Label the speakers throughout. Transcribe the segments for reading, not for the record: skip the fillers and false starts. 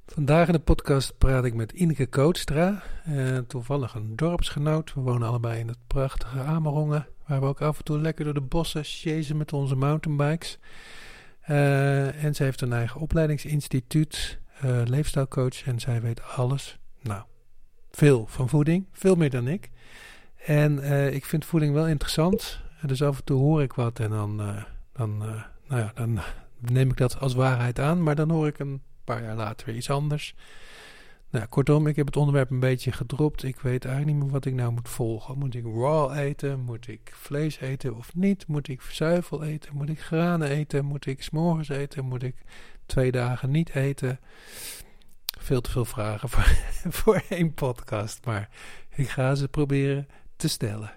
Speaker 1: Vandaag in de podcast praat ik met Ineke Kootstra, toevallig een dorpsgenoot. We wonen allebei in het prachtige Amerongen, waar we ook af en toe lekker door de bossen chasen met onze mountainbikes. En zij heeft een eigen opleidingsinstituut, leefstijlcoach, en zij weet alles. Nou, veel van voeding, veel meer dan ik. En ik vind voeding wel interessant, dus af en toe hoor ik wat en dan neem ik dat als waarheid aan, maar dan hoor ik een paar jaar later weer iets anders. Nou, kortom, ik heb het onderwerp een beetje gedropt. Ik weet eigenlijk niet meer wat ik nou moet volgen. Moet ik raw eten? Moet ik vlees eten of niet? Moet ik zuivel eten? Moet ik granen eten? Moet ik 's morgens eten? Moet ik 2 dagen niet eten? Veel te veel vragen voor één podcast, maar ik ga ze proberen te stellen.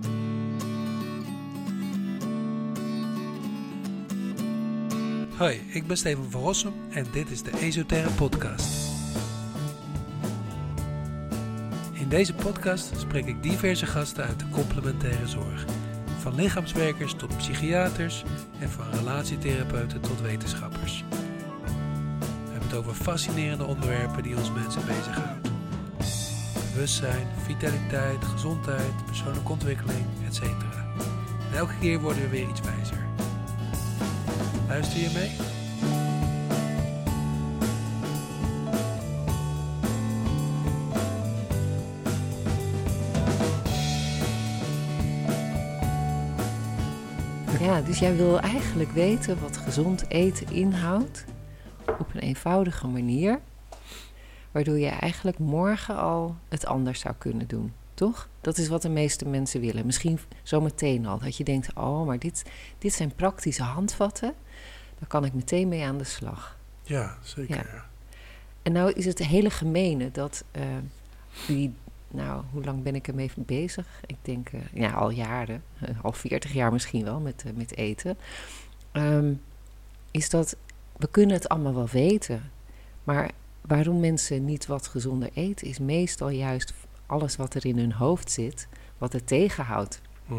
Speaker 1: Hoi, ik ben Steven van Rossum en dit is de Esoterre Podcast. In deze podcast spreek ik diverse gasten uit de complementaire zorg. Van lichaamswerkers tot psychiaters en van relatietherapeuten tot wetenschappers. We hebben het over fascinerende onderwerpen die ons mensen bezighouden. Bewustzijn, vitaliteit, gezondheid, persoonlijke ontwikkeling, etc. En elke keer worden we weer iets wijzer. Luister je mee?
Speaker 2: Ja, dus jij wil eigenlijk weten wat gezond eten inhoudt op een eenvoudige manier, waardoor je eigenlijk morgen al het anders zou kunnen doen, toch? Dat is wat de meeste mensen willen. Misschien zometeen al, dat je denkt, oh, maar dit zijn praktische handvatten, daar kan ik meteen mee aan de slag.
Speaker 1: Ja, zeker. Ja.
Speaker 2: En nou is het hele gemene dat hoe lang ben ik ermee bezig? Ik denk, al jaren, al 40 jaar misschien wel met eten. Is dat, we kunnen het allemaal wel weten. Maar waarom mensen niet wat gezonder eten, is meestal juist alles wat er in hun hoofd zit, wat het tegenhoudt.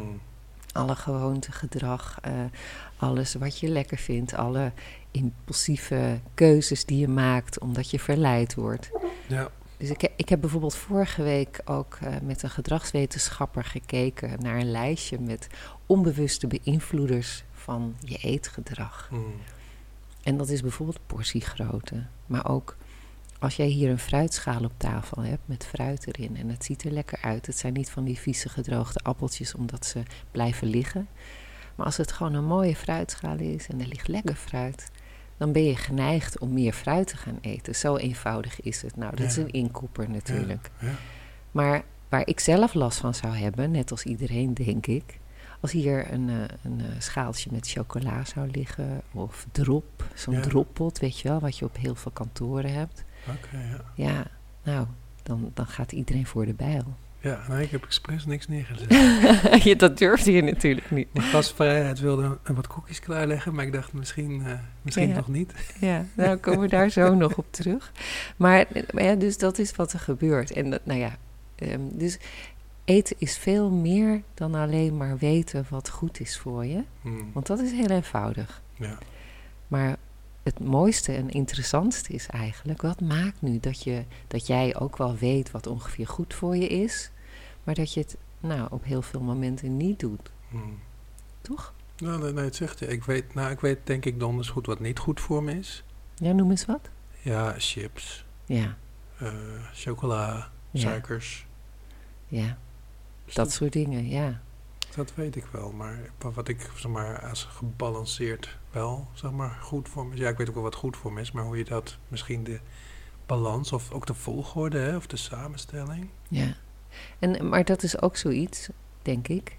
Speaker 2: Alle gewoonte, gedrag, alles wat je lekker vindt, alle impulsieve keuzes die je maakt omdat je verleid wordt. Ja. Dus ik heb bijvoorbeeld vorige week ook met een gedragswetenschapper gekeken naar een lijstje met onbewuste beïnvloeders van je eetgedrag. En dat is bijvoorbeeld portiegrootte. Maar ook als jij hier een fruitschaal op tafel hebt met fruit erin en het ziet er lekker uit. Het zijn niet van die vieze gedroogde appeltjes omdat ze blijven liggen. Maar als het gewoon een mooie fruitschaal is en er ligt lekker fruit, dan ben je geneigd om meer fruit te gaan eten. Zo eenvoudig is het. Nou, dat is een inkopper natuurlijk. Ja. Maar waar ik zelf last van zou hebben, net als iedereen denk ik, als hier een schaaltje met chocola zou liggen of drop, zo'n droppot, weet je wel, wat je op heel veel kantoren hebt. Ja, nou, dan gaat iedereen voor de bijl.
Speaker 1: Ja, nee, ik heb expres niks neergezet.
Speaker 2: Dat durfde je natuurlijk niet.
Speaker 1: De gastvrijheid wilde wat koekjes klaarleggen, maar ik dacht misschien nog niet.
Speaker 2: Ja, nou komen we daar zo nog op terug. Maar ja, dus dat is wat er gebeurt. En dus eten is veel meer dan alleen maar weten wat goed is voor je. Want dat is heel eenvoudig. Ja. Maar het mooiste en interessantste is eigenlijk, wat maakt nu dat jij ook wel weet wat ongeveer goed voor je is, maar dat je het op heel veel momenten niet doet. Toch?
Speaker 1: Nou, nee, het zegt je. Ik weet denk ik donders goed wat niet goed voor me is.
Speaker 2: Ja, noem eens wat.
Speaker 1: Ja, chips.
Speaker 2: Ja.
Speaker 1: Chocola, suikers.
Speaker 2: Ja, dat soort dingen, ja.
Speaker 1: Dat weet ik wel, maar wat ik als gebalanceerd wel, goed voor me is. Ja, ik weet ook wel wat goed voor me is, maar hoe je dat, misschien de balans of ook de volgorde, hè, of de samenstelling.
Speaker 2: Ja, maar dat is ook zoiets, denk ik,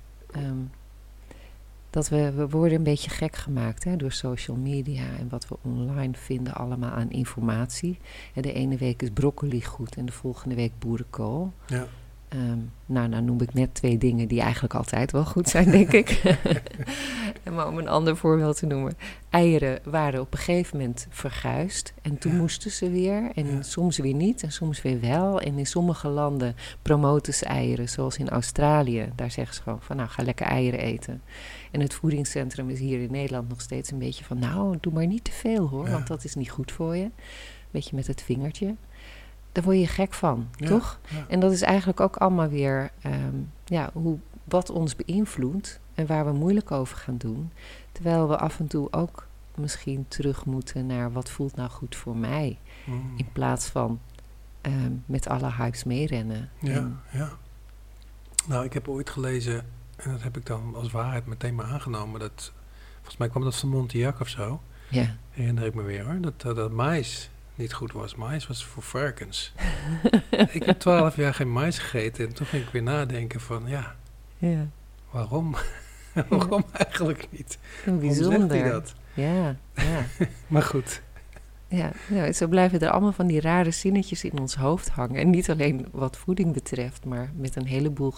Speaker 2: dat we worden een beetje gek gemaakt door social media en wat we online vinden allemaal aan informatie. En de ene week is broccoli goed en de volgende week boerenkool. Ja. Nou noem ik net 2 dingen die eigenlijk altijd wel goed zijn, denk ik. Maar om een ander voorbeeld te noemen. Eieren waren op een gegeven moment verguisd. En toen moesten ze weer. En soms weer niet. En soms weer wel. En in sommige landen promoten ze eieren. Zoals in Australië. Daar zeggen ze gewoon van, ga lekker eieren eten. En het voedingscentrum is hier in Nederland nog steeds een beetje van, doe maar niet te veel hoor. Want dat is niet goed voor je. beetje met het vingertje. Daar word je gek van, toch?
Speaker 1: Ja.
Speaker 2: En dat is eigenlijk ook allemaal weer wat ons beïnvloedt en waar we moeilijk over gaan doen. Terwijl we af en toe ook misschien terug moeten naar wat voelt nou goed voor mij. In plaats van met alle hypes meerennen.
Speaker 1: Ja. Nou, ik heb ooit gelezen, en dat heb ik dan als waarheid meteen maar aangenomen, dat volgens mij kwam dat van Montiac of zo.
Speaker 2: Ja.
Speaker 1: Herinner ik me weer hoor, dat mais niet goed was. Mais was voor varkens. Ik heb 12 jaar geen mais gegeten en toen ging ik weer nadenken van waarom? Waarom eigenlijk niet?
Speaker 2: Bijzonder.
Speaker 1: Waarom zegt hij dat?
Speaker 2: Ja.
Speaker 1: Maar goed.
Speaker 2: Ja, zo blijven er allemaal van die rare zinnetjes in ons hoofd hangen. En niet alleen wat voeding betreft, maar met een heleboel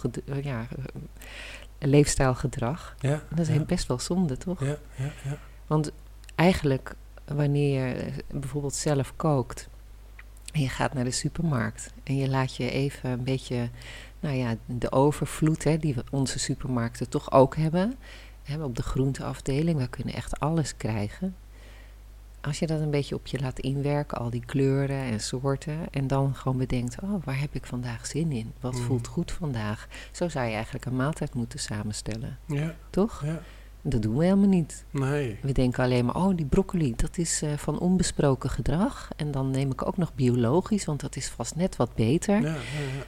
Speaker 2: leefstijlgedrag.
Speaker 1: Ja,
Speaker 2: dat is best wel zonde, toch?
Speaker 1: Ja.
Speaker 2: Want eigenlijk, wanneer je bijvoorbeeld zelf kookt en je gaat naar de supermarkt en je laat je even een beetje, de overvloed die onze supermarkten toch ook hebben. Op de groenteafdeling, we kunnen echt alles krijgen. Als je dat een beetje op je laat inwerken, al die kleuren en soorten, en dan gewoon bedenkt, waar heb ik vandaag zin in? Wat voelt goed vandaag? Zo zou je eigenlijk een maaltijd moeten samenstellen.
Speaker 1: Ja.
Speaker 2: Toch?
Speaker 1: Ja.
Speaker 2: Dat doen we helemaal niet.
Speaker 1: Nee.
Speaker 2: We denken alleen maar, die broccoli, dat is van onbesproken gedrag. En dan neem ik ook nog biologisch, want dat is vast net wat beter.
Speaker 1: Ja.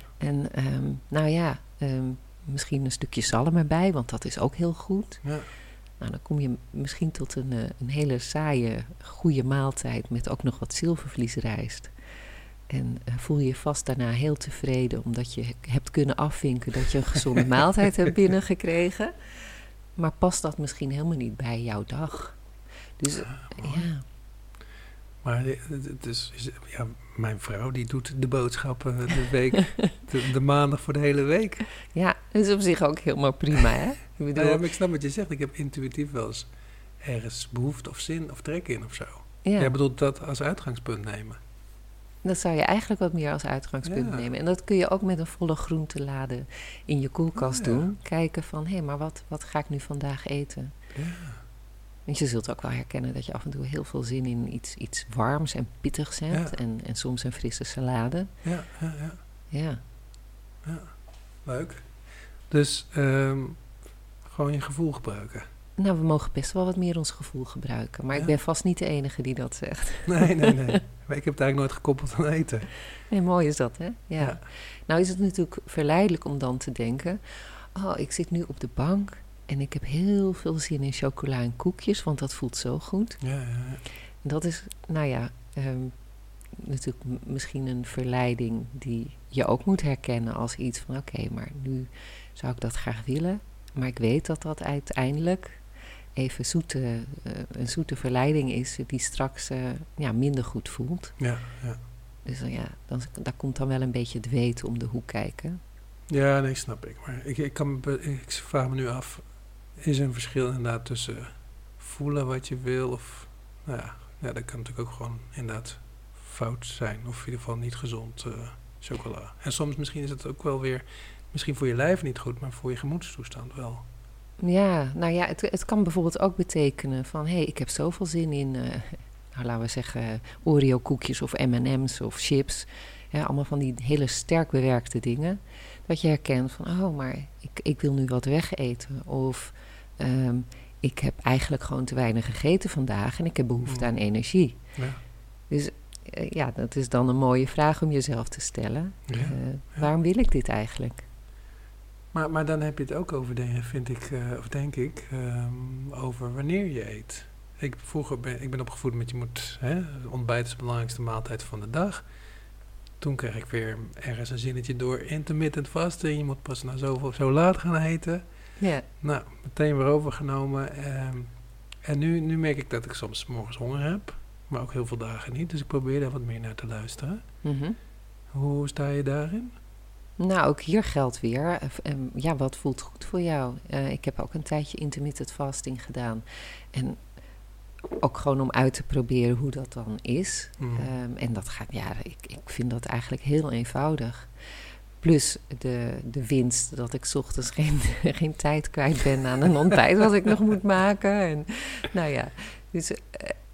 Speaker 2: En misschien een stukje zalm erbij, want dat is ook heel goed.
Speaker 1: Ja.
Speaker 2: Nou, dan kom je misschien tot een hele saaie, goede maaltijd met ook nog wat zilvervliesrijst. En voel je vast daarna heel tevreden, omdat je hebt kunnen afvinken dat je een gezonde maaltijd hebt binnengekregen. Maar past dat misschien helemaal niet bij jouw dag? Dus ja.
Speaker 1: Maar mijn vrouw die doet de boodschappen de week, de maandag voor de hele week.
Speaker 2: Ja, dat is op zich ook helemaal prima, hè?
Speaker 1: Maar ik snap wat je zegt. Ik heb intuïtief wel eens ergens behoefte of zin of trek in of zo.
Speaker 2: Ja.
Speaker 1: Jij bedoelt dat als uitgangspunt nemen?
Speaker 2: Dat zou je eigenlijk wat meer als uitgangspunt nemen. En dat kun je ook met een volle groentelade in je koelkast doen. Kijken van, maar wat ga ik nu vandaag eten?
Speaker 1: Ja.
Speaker 2: Want je zult ook wel herkennen dat je af en toe heel veel zin in iets warms en pittigs hebt.
Speaker 1: Ja.
Speaker 2: En soms een frisse salade.
Speaker 1: Ja. Leuk. Dus gewoon je gevoel gebruiken.
Speaker 2: Nou, we mogen best wel wat meer ons gevoel gebruiken. Maar ik ben vast niet de enige die dat zegt.
Speaker 1: Nee. Maar ik heb het eigenlijk nooit gekoppeld aan eten.
Speaker 2: Nee, mooi is dat, hè? Ja. Nou is het natuurlijk verleidelijk om dan te denken, ik zit nu op de bank en ik heb heel veel zin in chocola en koekjes, want dat voelt zo goed.
Speaker 1: Ja.
Speaker 2: En dat is, natuurlijk misschien een verleiding die je ook moet herkennen als iets van, oké, maar nu zou ik dat graag willen. Maar ik weet dat dat uiteindelijk even een zoete verleiding is die straks minder goed voelt.
Speaker 1: Ja.
Speaker 2: Dus daar komt dan wel een beetje het weten om de hoek kijken.
Speaker 1: Ja, nee, snap ik. Maar ik vraag me nu af, is er een verschil inderdaad tussen voelen wat je wil of, dat kan natuurlijk ook gewoon inderdaad fout zijn. Of in ieder geval niet gezond chocola. En soms misschien is het ook wel weer, misschien voor je lijf niet goed, maar voor je gemoedstoestand wel.
Speaker 2: Ja, het kan bijvoorbeeld ook betekenen van, ik heb zoveel zin in, laten we zeggen, Oreo koekjes of M&M's of chips. Ja, allemaal van die hele sterk bewerkte dingen. Dat je herkent van, maar ik wil nu wat wegeten. Of ik heb eigenlijk gewoon te weinig gegeten vandaag en ik heb behoefte aan energie.
Speaker 1: Ja.
Speaker 2: Dus dat is dan een mooie vraag om jezelf te stellen. Waarom wil ik dit eigenlijk?
Speaker 1: Maar dan heb je het ook over dingen, denk ik, over wanneer je eet. Ik ben opgevoed met je moet, ontbijt is de belangrijkste maaltijd van de dag. Toen kreeg ik weer ergens een zinnetje door intermittent vasten. Je moet pas na zo laat gaan eten.
Speaker 2: Ja.
Speaker 1: Nou, meteen weer overgenomen. En nu merk ik dat ik soms 's morgens honger heb. Maar ook heel veel dagen niet. Dus ik probeer daar wat meer naar te luisteren.
Speaker 2: Mm-hmm.
Speaker 1: Hoe sta je daarin?
Speaker 2: Nou, ook hier geldt weer. Wat voelt goed voor jou? Ik heb ook een tijdje intermittent fasting gedaan. En ook gewoon om uit te proberen hoe dat dan is. En dat gaat, ik vind dat eigenlijk heel eenvoudig. Plus de winst dat ik 's ochtends geen tijd kwijt ben aan een ontbijt wat ik nog moet maken. En, dus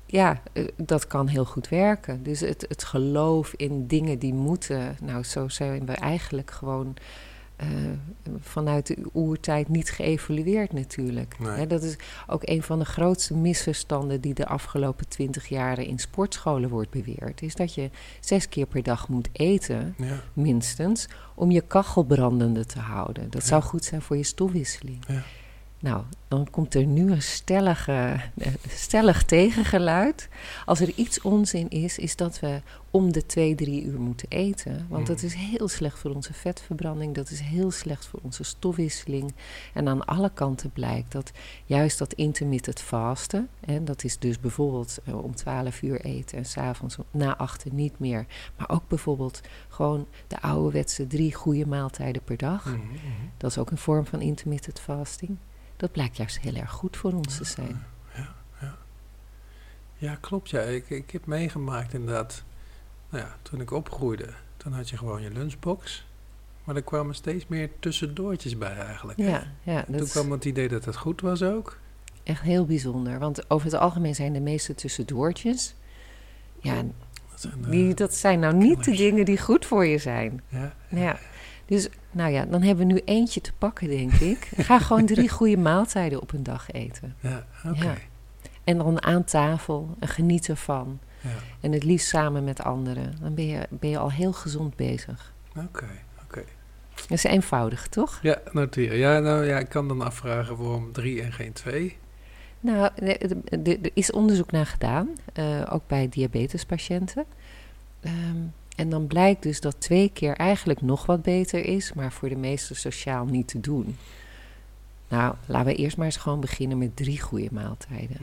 Speaker 2: dat kan heel goed werken. Dus het geloof in dingen die moeten... Nou, zo zijn we eigenlijk gewoon... vanuit de oertijd niet geëvolueerd natuurlijk.
Speaker 1: Nee.
Speaker 2: Dat is ook een van de grootste misverstanden... die de afgelopen 20 jaren in sportscholen wordt beweerd. Is dat je 6 keer per dag moet eten, minstens... om je kachel brandende te houden. Dat zou goed zijn voor je stofwisseling. Ja. Nou, dan komt er nu een stellig tegengeluid. Als er iets onzin is dat we om de 2-3 uur moeten eten. Want dat is heel slecht voor onze vetverbranding. Dat is heel slecht voor onze stofwisseling. En aan alle kanten blijkt dat juist dat intermittent fasten... en dat is dus bijvoorbeeld om 12 uur eten... en 's avonds na 8 niet meer. Maar ook bijvoorbeeld gewoon de ouderwetse 3 goede maaltijden per dag. Dat is ook een vorm van intermittent fasting... Dat blijkt juist heel erg goed voor ons te zijn.
Speaker 1: Ja, klopt. Ja. Ik heb meegemaakt inderdaad. Nou ja, toen ik opgroeide, dan had je gewoon je lunchbox. Maar er kwamen steeds meer tussendoortjes bij eigenlijk. Toen kwam het idee dat het goed was ook.
Speaker 2: Echt heel bijzonder. Want over het algemeen zijn de meeste tussendoortjes... Ja, dat zijn nou niet de dingen die goed voor je zijn. Ja. Dus, nou ja, dan hebben we nu eentje te pakken, denk ik. Ga gewoon 3 goede maaltijden op een dag eten.
Speaker 1: Ja, oké. Ja.
Speaker 2: En dan aan tafel en geniet ervan. Ja. En het liefst samen met anderen. Dan ben je al heel gezond bezig.
Speaker 1: Oké.
Speaker 2: Dat is eenvoudig, toch?
Speaker 1: Ja, noteren. Ja, ik kan dan afvragen waarom 3 en geen 2.
Speaker 2: Nou, er is onderzoek naar gedaan. Ook bij diabetespatiënten. En dan blijkt dus dat 2 keer eigenlijk nog wat beter is, maar voor de meesten sociaal niet te doen. Nou, laten we eerst maar eens gewoon beginnen met 3 goede maaltijden.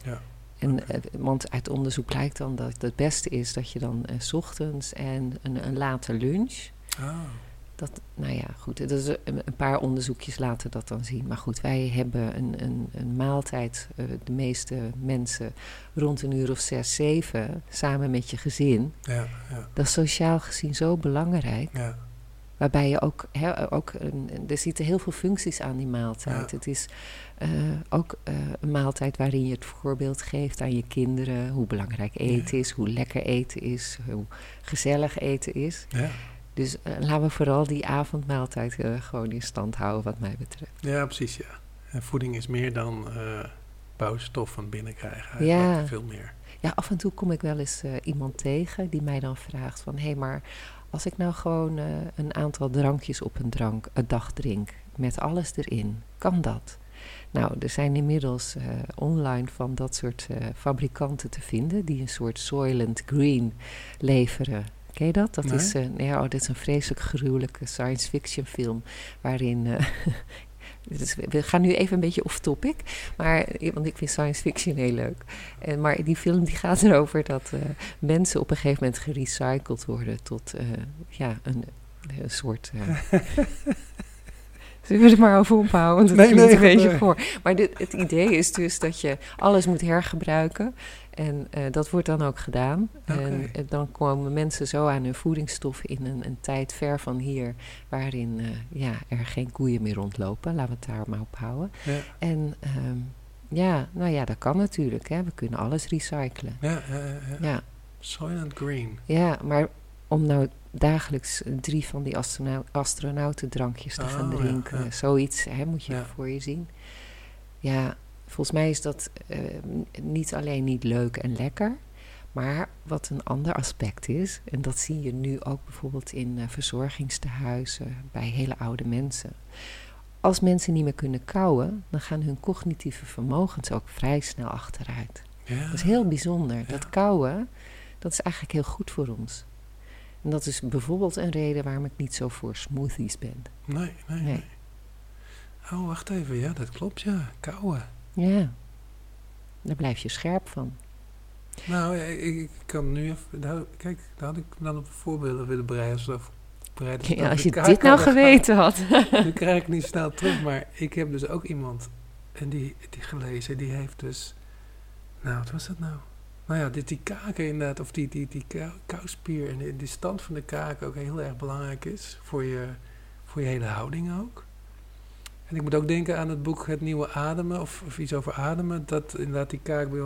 Speaker 2: Want uit onderzoek blijkt dan dat het beste is dat je dan 's ochtends en een late lunch... Dat, nou ja, goed. Dat is een paar onderzoekjes laten dat dan zien. Maar goed, wij hebben een maaltijd, de meeste mensen, rond een uur of 6, 7, samen met je gezin. Ja. Dat is sociaal gezien zo belangrijk. Ja. Waarbij je ook er zitten heel veel functies aan die maaltijd. Ja. Het is ook een maaltijd waarin je het voorbeeld geeft aan je kinderen. Hoe belangrijk eten is, hoe lekker eten is, hoe gezellig eten is. Ja. Dus laten we vooral die avondmaaltijd gewoon in stand houden wat mij betreft.
Speaker 1: Ja, precies, ja. En voeding is meer dan bouwstof van binnenkrijgen. Ja. Veel meer.
Speaker 2: Ja, af en toe kom ik wel eens iemand tegen die mij dan vraagt van... Hé, maar als ik nou gewoon een aantal drankjes op een dag drink... met alles erin, kan dat? Nou, er zijn inmiddels online van dat soort fabrikanten te vinden... die een soort Soylent Green leveren... Ken je dat? Dat is, dit is een vreselijk gruwelijke science fiction film... waarin... we gaan nu even een beetje off topic... want ik vind science fiction heel leuk. Maar die film die gaat erover dat mensen op een gegeven moment gerecycled worden... tot een soort... Zullen we er maar over ophouden? Want het klinkt een beetje voor. Maar het idee is dus dat je alles moet hergebruiken... En dat wordt dan ook gedaan. Okay. En dan komen mensen zo aan hun voedingsstoffen in een tijd ver van hier... waarin er geen koeien meer rondlopen. Laten we het daar maar op houden. Ja. En dat kan natuurlijk. Hè. We kunnen alles recyclen.
Speaker 1: Ja. Soylent Green.
Speaker 2: Ja, maar om nou dagelijks 3 van die astronautendrankjes te gaan drinken... zoiets moet je voor je zien. Ja... Volgens mij is dat niet alleen niet leuk en lekker... maar wat een ander aspect is... en dat zie je nu ook bijvoorbeeld in verzorgingstehuizen... bij hele oude mensen. Als mensen niet meer kunnen kauwen... dan gaan hun cognitieve vermogens ook vrij snel achteruit. Ja. Dat is heel bijzonder. Ja. Dat kauwen, dat is eigenlijk heel goed voor ons. En dat is bijvoorbeeld een reden waarom ik niet zo voor smoothies ben.
Speaker 1: Nee. Oh, wacht even. Ja, dat klopt, ja. Kauwen.
Speaker 2: Ja, daar blijf je scherp van.
Speaker 1: Nou, ik kan nu even... Kijk, daar had ik dan op voorbeelden willen breiden.
Speaker 2: Als je dit nou geweten had.
Speaker 1: Nu krijg ik niet snel terug, maar ik heb dus ook iemand... En die gelezen, die heeft dus... Nou, wat was dat nou? Nou ja, die kaken inderdaad, of die kauwspier en die stand van de kaken ook heel erg belangrijk is. Voor je hele houding ook. En ik moet ook denken aan het boek Het Nieuwe Ademen, of iets over ademen. Dat inderdaad die kaak bij ons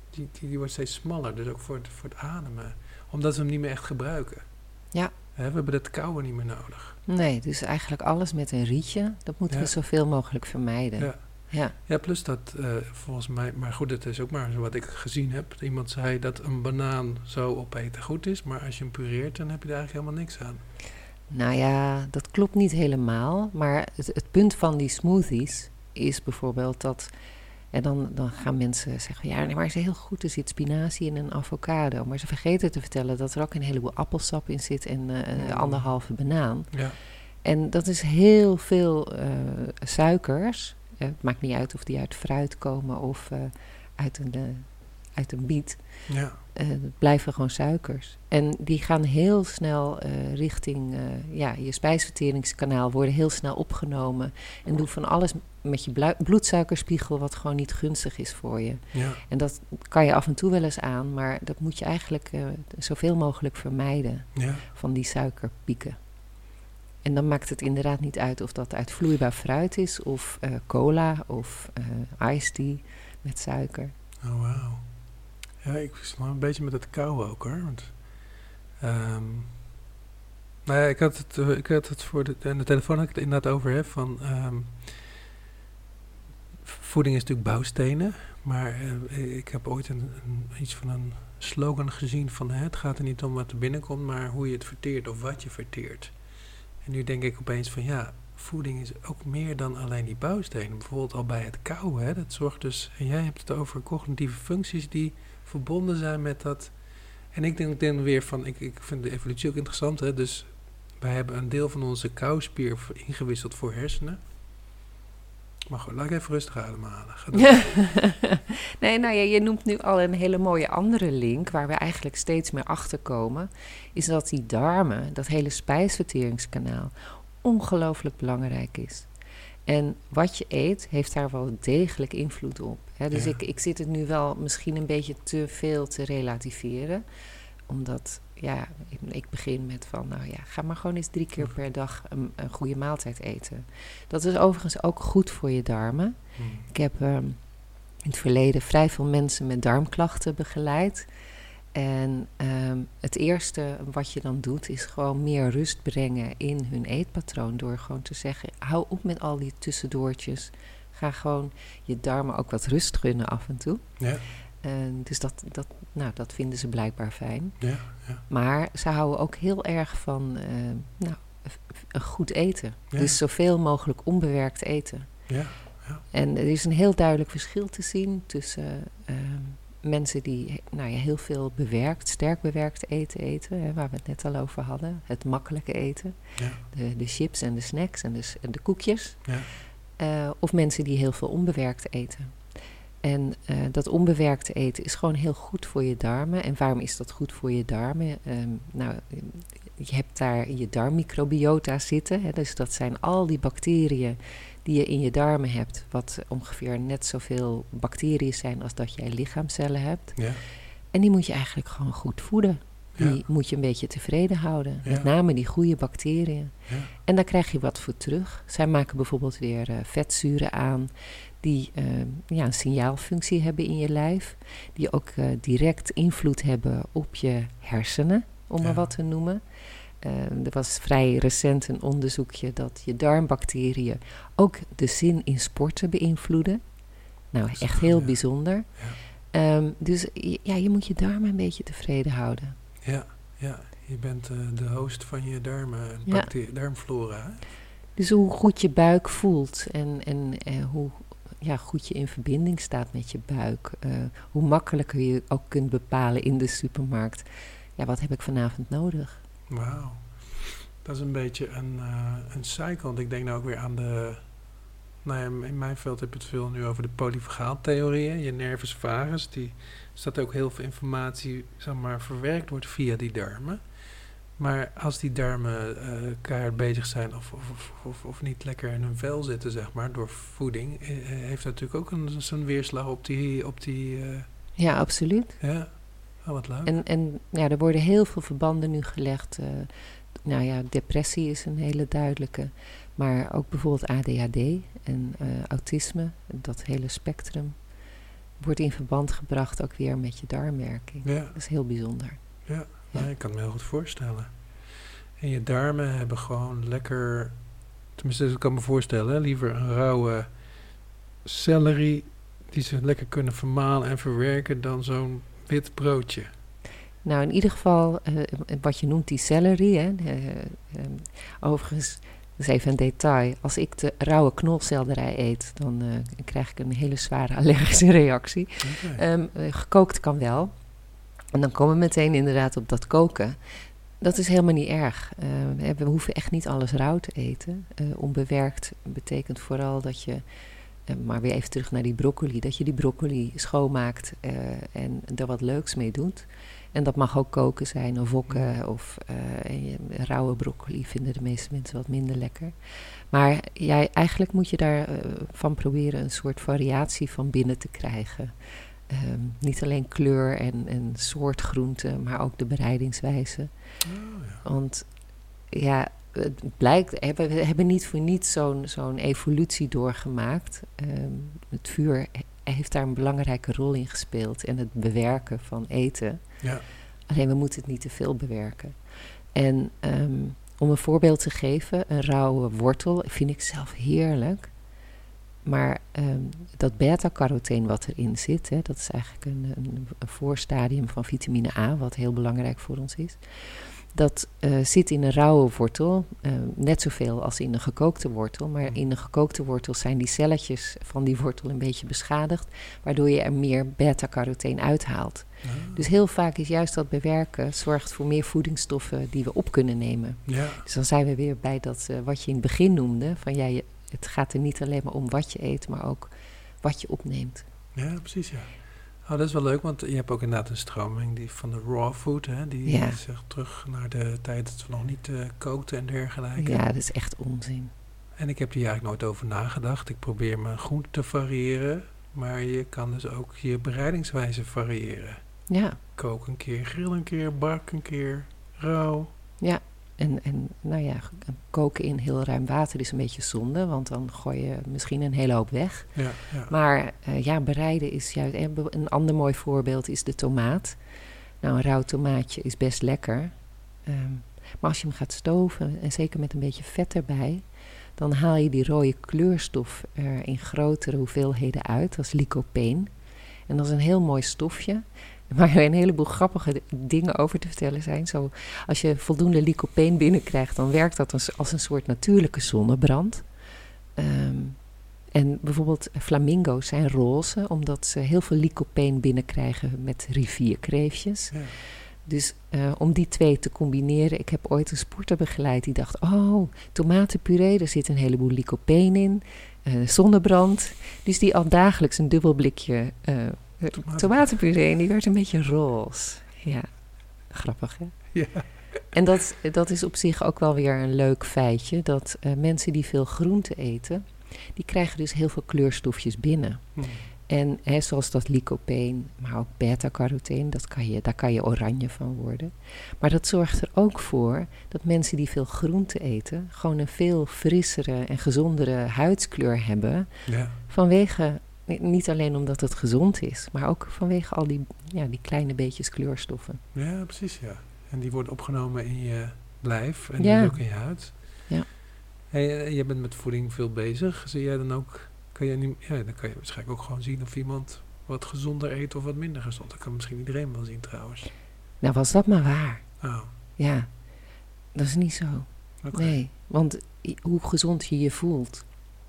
Speaker 1: die wordt steeds smaller. Dus ook voor het ademen. Omdat we hem niet meer echt gebruiken.
Speaker 2: Ja.
Speaker 1: We hebben dat kauwen niet meer nodig.
Speaker 2: Nee, dus eigenlijk alles met een rietje, dat moeten we zoveel mogelijk vermijden.
Speaker 1: Ja, plus dat volgens mij, maar goed, het is ook maar zo wat ik gezien heb. Iemand zei dat een banaan zo opeten goed is, maar als je hem pureert, dan heb je er eigenlijk helemaal niks aan.
Speaker 2: Nou ja, dat klopt niet helemaal, maar het punt van die smoothies is bijvoorbeeld dat... En dan gaan mensen zeggen, ja, nee, maar het is heel goed, er zit spinazie in een avocado. Maar ze vergeten te vertellen dat er ook een heleboel appelsap in zit en 1,5 banaan. Ja. En dat is heel veel suikers. Het maakt niet uit of die uit fruit komen of uit een biet. Ja. Het blijven gewoon suikers. En die gaan heel snel richting je spijsverteringskanaal, worden heel snel opgenomen. En doen van alles met je bloedsuikerspiegel wat gewoon niet gunstig is voor je. Ja. En dat kan je af en toe wel eens aan, maar dat moet je eigenlijk zoveel mogelijk vermijden van die suikerpieken. En dan maakt het inderdaad niet uit of dat uit vloeibaar fruit is of cola of iced tea met suiker.
Speaker 1: Oh, wauw. Ja, ik was nog een beetje met het kauwen ook, hoor. Want, nou ja, ik had het voor de telefoon had ik het inderdaad over, van... voeding is natuurlijk bouwstenen, maar ik heb ooit iets van een slogan gezien van... het gaat er niet om wat er binnenkomt, maar hoe je het verteert of wat je verteert. En nu denk ik opeens van voeding is ook meer dan alleen die bouwstenen. Bijvoorbeeld al bij het kauwen, dat zorgt dus... En jij hebt het over cognitieve functies die verbonden zijn met dat... En ik denk weer van, ik vind de evolutie ook interessant, dus wij hebben een deel van onze kauwspier ingewisseld voor hersenen. Maar goed, laat ik even rustig ademhalen.
Speaker 2: Nee, nou ja, je noemt nu al een hele mooie andere link, waar we eigenlijk steeds meer achter komen, is dat die darmen, dat hele spijsverteringskanaal, ongelooflijk belangrijk is. En wat je eet, heeft daar wel degelijk invloed op. Dus ik zit het nu wel misschien een beetje te veel te relativeren. Omdat, ik begin met van, ga maar gewoon eens 3 keer per dag een goede maaltijd eten. Dat is overigens ook goed voor je darmen. Ik heb in het verleden vrij veel mensen met darmklachten begeleid. En het eerste wat je dan doet is gewoon meer rust brengen in hun eetpatroon. Door gewoon te zeggen, hou op met al die tussendoortjes. Ga gewoon je darmen ook wat rust gunnen af en toe. Ja. Dus dat vinden ze blijkbaar fijn. Ja, ja. Maar ze houden ook heel erg van een goed eten. Ja. Dus zoveel mogelijk onbewerkt eten. Ja, ja. En er is een heel duidelijk verschil te zien tussen... mensen die heel veel sterk bewerkt eten, waar we het net al over hadden. Het makkelijke eten. Ja. De chips en de snacks en de koekjes. Ja. Of mensen die heel veel onbewerkt eten. En dat onbewerkte eten is gewoon heel goed voor je darmen. En waarom is dat goed voor je darmen? Je hebt daar je darmmicrobiota zitten. Dus dat zijn al die bacteriën die je in je darmen hebt, wat ongeveer net zoveel bacteriën zijn als dat jij lichaamcellen hebt. Ja. En die moet je eigenlijk gewoon goed voeden. Die moet je een beetje tevreden houden. Ja. Met name die goede bacteriën. Ja. En daar krijg je wat voor terug. Zij maken bijvoorbeeld weer vetzuren aan die een signaalfunctie hebben in je lijf. Die ook direct invloed hebben op je hersenen, om maar wat te noemen. Er was vrij recent een onderzoekje dat je darmbacteriën ook de zin in sporten beïnvloeden. Nou, echt heel bijzonder. Ja. Dus je moet je darmen een beetje tevreden houden.
Speaker 1: Ja. Je bent de host van je darmflora. Hè?
Speaker 2: Dus hoe goed je buik voelt en hoe goed je in verbinding staat met je buik. Hoe makkelijker je ook kunt bepalen in de supermarkt. Wat heb ik vanavond nodig?
Speaker 1: Wauw. Dat is een beetje een cycle. Want ik denk nou ook weer aan de... in mijn veld heb je het veel nu over de polyvagaaltheorieën. Je nervus vagus. Dus dat ook heel veel informatie verwerkt wordt via die darmen. Maar als die darmen keihard bezig zijn of niet lekker in hun vel zitten, door voeding, heeft dat natuurlijk ook zo'n weerslag op die
Speaker 2: Ja, absoluut.
Speaker 1: Ja. Oh, wat leuk.
Speaker 2: En er worden heel veel verbanden nu gelegd. Depressie is een hele duidelijke. Maar ook bijvoorbeeld ADHD en autisme, dat hele spectrum. wordt in verband gebracht ook weer met je darmwerking.
Speaker 1: Ja.
Speaker 2: Dat is heel bijzonder.
Speaker 1: Ja, nou, ik kan me heel goed voorstellen. En je darmen hebben gewoon lekker... Tenminste, ik kan me voorstellen, hè, liever een rauwe celery die ze lekker kunnen vermalen en verwerken dan zo'n wit broodje.
Speaker 2: Nou, in ieder geval, wat je noemt die celery, hè, overigens, dat is even een detail. Als ik de rauwe knolselderij eet, dan krijg ik een hele zware allergische reactie. Okay. Gekookt kan wel. En dan komen we meteen inderdaad op dat koken. Dat is helemaal niet erg. We hoeven echt niet alles rauw te eten. Onbewerkt betekent vooral dat je, maar weer even terug naar die broccoli, dat je die broccoli schoonmaakt en er wat leuks mee doet. En dat mag ook koken zijn of wokken of rauwe broccoli vinden de meeste mensen wat minder lekker. Maar eigenlijk moet je daarvan proberen een soort variatie van binnen te krijgen. Niet alleen kleur en soort groenten, maar ook de bereidingswijze. Oh, ja. Want ja, het blijkt, we hebben niet voor niets zo'n evolutie doorgemaakt. Het vuur heeft daar een belangrijke rol in gespeeld en het bewerken van eten. Ja. Alleen we moeten het niet te veel bewerken. En om een voorbeeld te geven, een rauwe wortel vind ik zelf heerlijk. Maar dat beta-caroteen wat erin zit, hè, dat is eigenlijk een voorstadium van vitamine A, wat heel belangrijk voor ons is. Dat zit in een rauwe wortel, net zoveel als in een gekookte wortel. Maar in een gekookte wortel zijn die celletjes van die wortel een beetje beschadigd, waardoor je er meer beta-caroteen uithaalt. Ja. Dus heel vaak is juist dat bewerken zorgt voor meer voedingsstoffen die we op kunnen nemen. Ja. Dus dan zijn we weer bij dat wat je in het begin noemde, van het gaat er niet alleen maar om wat je eet, maar ook wat je opneemt.
Speaker 1: Ja, precies, ja. Oh, dat is wel leuk, want je hebt ook inderdaad een stroming die van de raw food, hè, die zegt terug naar de tijd dat we nog niet kookten en dergelijke.
Speaker 2: Ja, dat is echt onzin.
Speaker 1: En ik heb hier eigenlijk nooit over nagedacht. Ik probeer mijn groenten te variëren, maar je kan dus ook je bereidingswijze variëren. Ja. Kook een keer, grill een keer, bak een keer, rauw.
Speaker 2: Ja. En nou ja, koken in heel ruim water is een beetje zonde, want dan gooi je misschien een hele hoop weg. Ja, ja. Maar bereiden is juist... Een ander mooi voorbeeld is de tomaat. Nou, een rauw tomaatje is best lekker. Maar als je hem gaat stoven, en zeker met een beetje vet erbij, dan haal je die rode kleurstof er in grotere hoeveelheden uit, als lycopeen. En dat is een heel mooi stofje, waar een heleboel grappige dingen over te vertellen zijn. Zo, als je voldoende lycopeen binnenkrijgt, dan werkt dat als een soort natuurlijke zonnebrand. En bijvoorbeeld flamingo's zijn roze, omdat ze heel veel lycopeen binnenkrijgen met rivierkreeftjes. Ja. Dus om die twee te combineren, ik heb ooit een sporter begeleid die dacht, tomatenpuree, er zit een heleboel lycopeen in, zonnebrand. Dus die al dagelijks een dubbel blikje tomatenpuree en die werd een beetje roze. Ja, grappig hè? Ja. En dat is op zich ook wel weer een leuk feitje, dat mensen die veel groente eten, die krijgen dus heel veel kleurstofjes binnen. En zoals dat lycopeen, maar ook beta-caroteen, daar kan je oranje van worden. Maar dat zorgt er ook voor dat mensen die veel groente eten, gewoon een veel frissere en gezondere huidskleur hebben. Ja. Vanwege, niet alleen omdat het gezond is, maar ook vanwege al die kleine beetjes kleurstoffen. Ja,
Speaker 1: precies, ja. En die worden opgenomen in je lijf en ook in je huid. Ja. Hey, je bent met voeding veel bezig. Zie jij dan ook... dan kan je waarschijnlijk ook gewoon zien of iemand wat gezonder eet of wat minder gezond. Dat kan misschien iedereen wel zien trouwens.
Speaker 2: Nou, was dat maar waar.
Speaker 1: Oh.
Speaker 2: Ja, dat is niet zo. Okay. Nee, want hoe gezond je je voelt.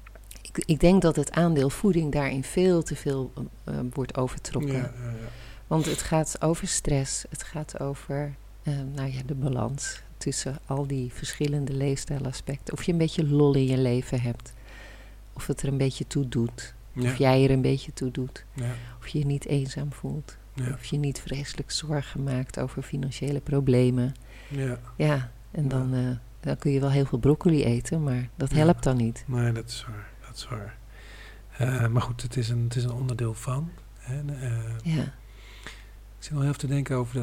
Speaker 2: Ik denk dat het aandeel voeding daarin veel te veel wordt overtrokken. Ja. Want het gaat over stress. Het gaat over de balans tussen al die verschillende leefstijlaspecten. Of je een beetje lol in je leven hebt. Of het er een beetje toe doet. Ja. Of jij er een beetje toe doet. Ja. Of je je niet eenzaam voelt. Ja. Of je niet vreselijk zorgen maakt over financiële problemen. Ja, ja en dan kun je wel heel veel broccoli eten, maar dat helpt dan niet.
Speaker 1: Nee, dat is waar. Dat is waar. Maar goed, het is een onderdeel van. Hè, ja. Ik zit nog even te denken over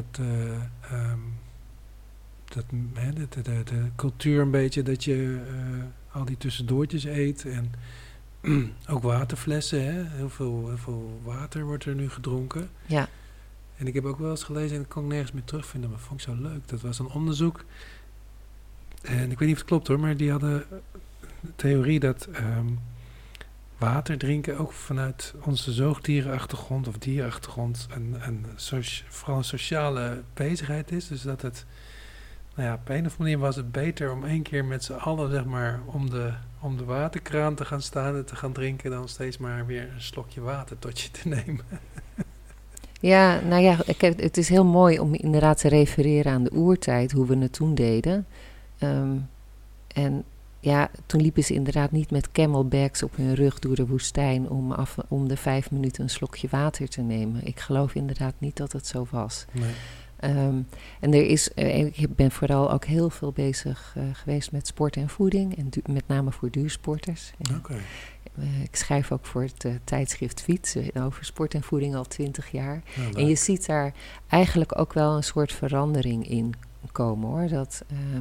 Speaker 1: de cultuur een beetje, dat je al die tussendoortjes eet en ook waterflessen, hè? Heel veel water wordt er nu gedronken.
Speaker 2: Ja.
Speaker 1: En ik heb ook wel eens gelezen, en dat kon ik nergens meer terugvinden, maar vond ik zo leuk. Dat was een onderzoek. En ik weet niet of het klopt hoor, maar die hadden de theorie dat water drinken ook vanuit onze zoogdierenachtergrond of dierenachtergrond vooral een sociale bezigheid is. Dus dat het, op een of andere manier was het beter om 1 keer met z'n allen, zeg maar, om de waterkraan te gaan staan en te gaan drinken dan steeds maar weer een slokje water tot je te nemen.
Speaker 2: Ja, nou ja, het is heel mooi om inderdaad te refereren aan de oertijd, hoe we het toen deden. En ja, toen liepen ze inderdaad niet met camelbacks op hun rug door de woestijn om de 5 minuten een slokje water te nemen. Ik geloof inderdaad niet dat het zo was. Nee. En ik ben vooral ook heel veel bezig geweest met sport en voeding. En met name voor duursporters.
Speaker 1: Okay.
Speaker 2: Ik schrijf ook voor het tijdschrift Fiets over sport en voeding al 20 jaar.
Speaker 1: Oh,
Speaker 2: en je ziet daar eigenlijk ook wel een soort verandering in komen, hoor. Dat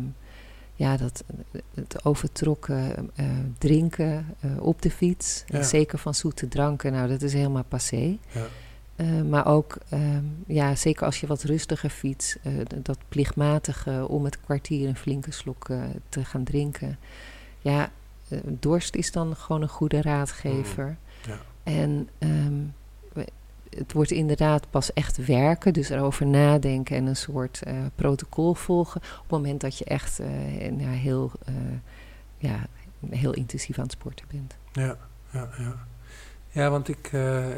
Speaker 2: het overtrokken drinken op de fiets.
Speaker 1: Ja.
Speaker 2: Zeker van zoete dranken, nou, dat is helemaal passé.
Speaker 1: Ja.
Speaker 2: Maar ook, zeker als je wat rustiger fietst, dat plichtmatige om het kwartier een flinke slok te gaan drinken. Ja, dorst is dan gewoon een goede raadgever.
Speaker 1: Ja.
Speaker 2: En het wordt inderdaad pas echt werken, dus erover nadenken en een soort protocol volgen op het moment dat je echt heel intensief aan het sporten bent.
Speaker 1: Ja. Ja, want ik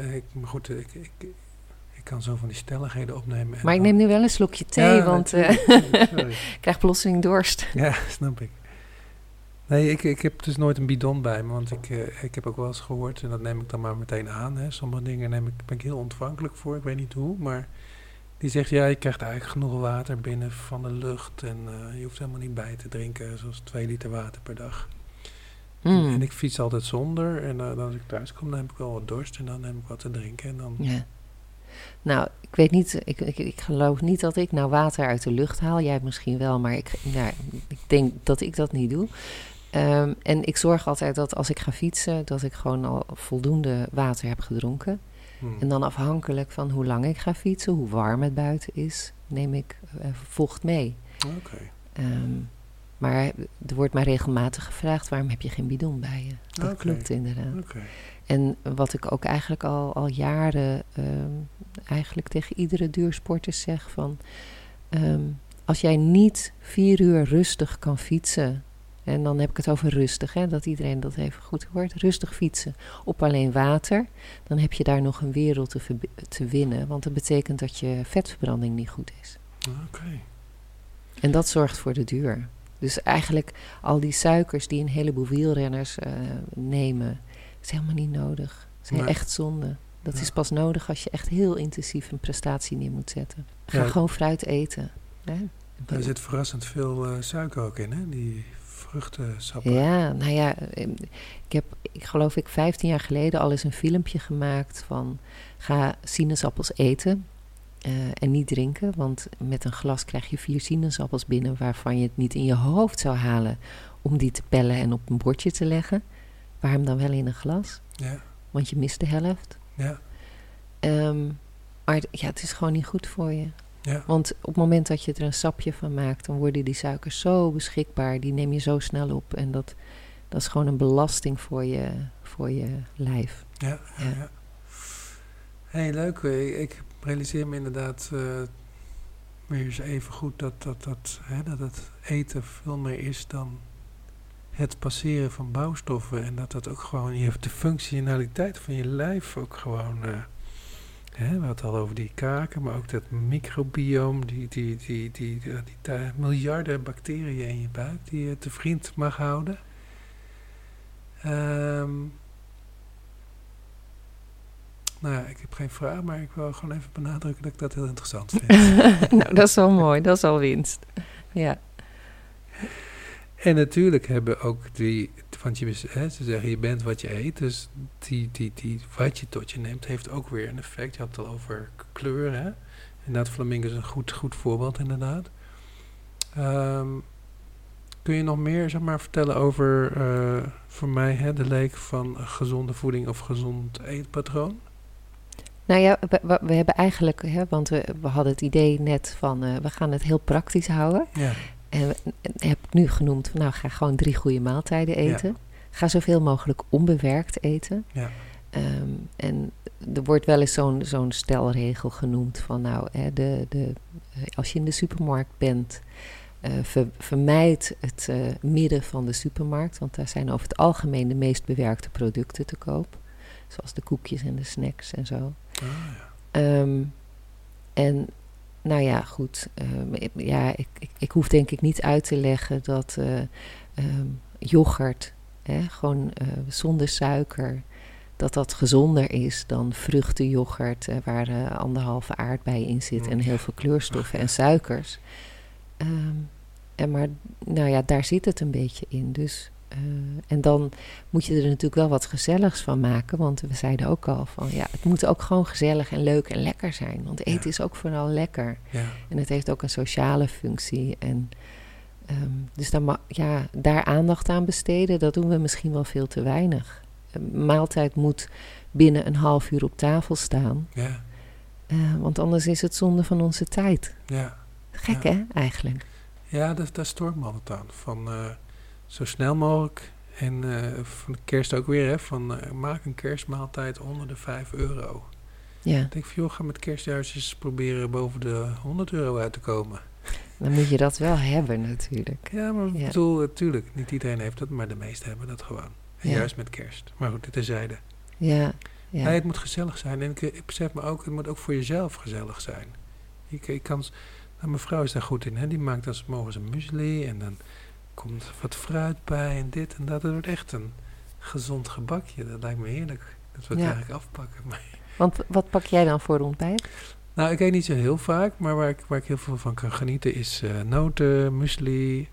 Speaker 1: kan zo van die stelligheden opnemen.
Speaker 2: Maar ik neem nu wel een slokje thee, want ik krijg plotseling dorst.
Speaker 1: Ja, snap ik. Nee, ik heb dus nooit een bidon bij me, want ik heb ook wel eens gehoord, en dat neem ik dan maar meteen aan. Hè. Sommige dingen ben ik heel ontvankelijk voor, ik weet niet hoe, maar die zegt, ja, je krijgt eigenlijk genoeg water binnen van de lucht en je hoeft helemaal niet bij te drinken, zoals 2 liter water per dag. En ik fiets altijd zonder. En als ik thuis kom, dan heb ik wel wat dorst. En dan neem ik wat te drinken. En dan...
Speaker 2: Ja. Nou, ik weet niet. Ik geloof niet dat ik nou water uit de lucht haal. Jij misschien wel, maar ik denk dat ik dat niet doe. En ik zorg altijd dat als ik ga fietsen, dat ik gewoon al voldoende water heb gedronken. En dan afhankelijk van hoe lang ik ga fietsen, hoe warm het buiten is, neem ik vocht mee.
Speaker 1: Okay.
Speaker 2: Maar er wordt mij regelmatig gevraagd, waarom heb je geen bidon bij je? Dat klopt inderdaad.
Speaker 1: Okay.
Speaker 2: En wat ik ook eigenlijk al jaren eigenlijk tegen iedere duursporter zeg van... als jij niet 4 uur rustig kan fietsen... en dan heb ik het over rustig, hè, dat iedereen dat even goed hoort. Rustig fietsen op alleen water. Dan heb je daar nog een wereld te winnen. Want dat betekent dat je vetverbranding niet goed is.
Speaker 1: Okay.
Speaker 2: En dat zorgt voor de duur. Dus eigenlijk al die suikers die een heleboel wielrenners nemen, is helemaal niet nodig. Dat is echt zonde. Dat is pas nodig als je echt heel intensief een prestatie neer moet zetten. Ga gewoon fruit eten. Hè?
Speaker 1: Er zit verrassend veel suiker ook in, hè? Die vruchtensappen.
Speaker 2: Ja, nou ja, ik geloof 15 jaar geleden al eens een filmpje gemaakt van ga sinaasappels eten. En niet drinken, want met een glas krijg je 4 sinaasappels binnen... waarvan je het niet in je hoofd zou halen om die te pellen en op een bordje te leggen. Waarom dan wel in een glas?
Speaker 1: Ja.
Speaker 2: Want je mist de helft.
Speaker 1: Ja.
Speaker 2: Maar ja, het is gewoon niet goed voor je.
Speaker 1: Ja.
Speaker 2: Want op het moment dat je er een sapje van maakt... dan worden die suikers zo beschikbaar, die neem je zo snel op. En dat is gewoon een belasting voor je lijf.
Speaker 1: Ja. Hey, leuk. Ik realiseer me inderdaad weer eens even goed dat het eten veel meer is dan het passeren van bouwstoffen. En dat ook gewoon, je hebt de functionaliteit van je lijf ook gewoon, we hadden het al over die kaken, maar ook dat microbioom, die miljarden bacteriën in je buik die je te vriend mag houden. Nou ja, ik heb geen vraag, maar ik wil gewoon even benadrukken dat ik dat heel interessant vind.
Speaker 2: Nou, dat is wel mooi. Dat is al winst. Ja.
Speaker 1: En natuurlijk hebben ook want ze zeggen je bent wat je eet, dus die wat je tot je neemt heeft ook weer een effect. Je had het al over kleur, hè? Inderdaad, flamingo is een goed voorbeeld inderdaad. Kun je nog meer vertellen over, voor mij, de leek van gezonde voeding of gezond eetpatroon?
Speaker 2: Nou ja, we hebben eigenlijk, want we hadden het idee net van, we gaan het heel praktisch houden. Ja. En heb ik nu genoemd, ga gewoon 3 goede maaltijden eten. Ja. Ga zoveel mogelijk onbewerkt eten. Ja. En er wordt wel eens zo'n stelregel genoemd van, als je in de supermarkt bent, vermijd het midden van de supermarkt, want daar zijn over het algemeen de meest bewerkte producten te koop. Zoals de koekjes en de snacks en zo. En goed. Ik hoef denk ik niet uit te leggen dat yoghurt, gewoon zonder suiker, dat gezonder is dan vruchtenyoghurt, waar 1,5 aardbei in zit en heel veel kleurstoffen en suikers. Maar daar zit het een beetje in. Dus, en dan moet je er natuurlijk wel wat gezelligs van maken. Want we zeiden ook al van, het moet ook gewoon gezellig en leuk en lekker zijn. Want eten is ook vooral lekker. Ja. En het heeft ook een sociale functie. En dus daar aandacht aan besteden, dat doen we misschien wel veel te weinig. Een maaltijd moet binnen een half uur op tafel staan. Ja. Want anders is het zonde van onze tijd. Ja. Gek, hè, eigenlijk?
Speaker 1: Ja, daar stoort me altijd aan. Van zo snel mogelijk. En van de kerst ook weer, hè. Van maak een kerstmaaltijd onder de €5. Ja. Ik denk van, joh, ga met kerstjuistjes proberen boven de €100 uit te komen.
Speaker 2: Dan moet je dat wel hebben, natuurlijk.
Speaker 1: Ja, maar ik bedoel, natuurlijk, niet iedereen heeft dat, maar de meesten hebben dat gewoon. En juist met kerst. Maar goed, dit terzijde. Ja. Ja. Nee, het moet gezellig zijn. En ik besef me ook, het moet ook voor jezelf gezellig zijn. Ik kan... mijn vrouw is daar goed in. Hè? Die maakt dan 's morgens een muesli en dan komt wat fruit bij en dit en dat. Het wordt echt een gezond gebakje. Dat lijkt me heerlijk. Dat we het eigenlijk afpakken.
Speaker 2: Want wat pak jij dan voor ontbijt?
Speaker 1: Nou, ik eet niet zo heel vaak, maar waar ik heel veel van kan genieten is noten, muesli,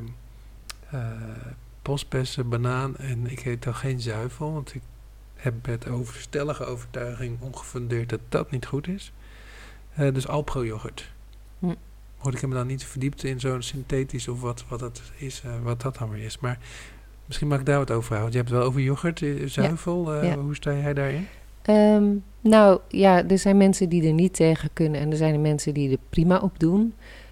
Speaker 1: bosbessen, banaan. En ik eet dan geen zuivel, want ik heb met stellige overtuiging ongefundeerd dat dat niet goed is. Dus Alpro yoghurt. Goed, ik heb me dan niet verdiept in zo'n synthetisch of wat dat is, wat dat dan weer is. Maar misschien mag ik daar wat over houden. Je hebt het wel over yoghurt, zuivel. Hoe sta jij daarin?
Speaker 2: Er zijn mensen die er niet tegen kunnen en er zijn er mensen die er prima op doen.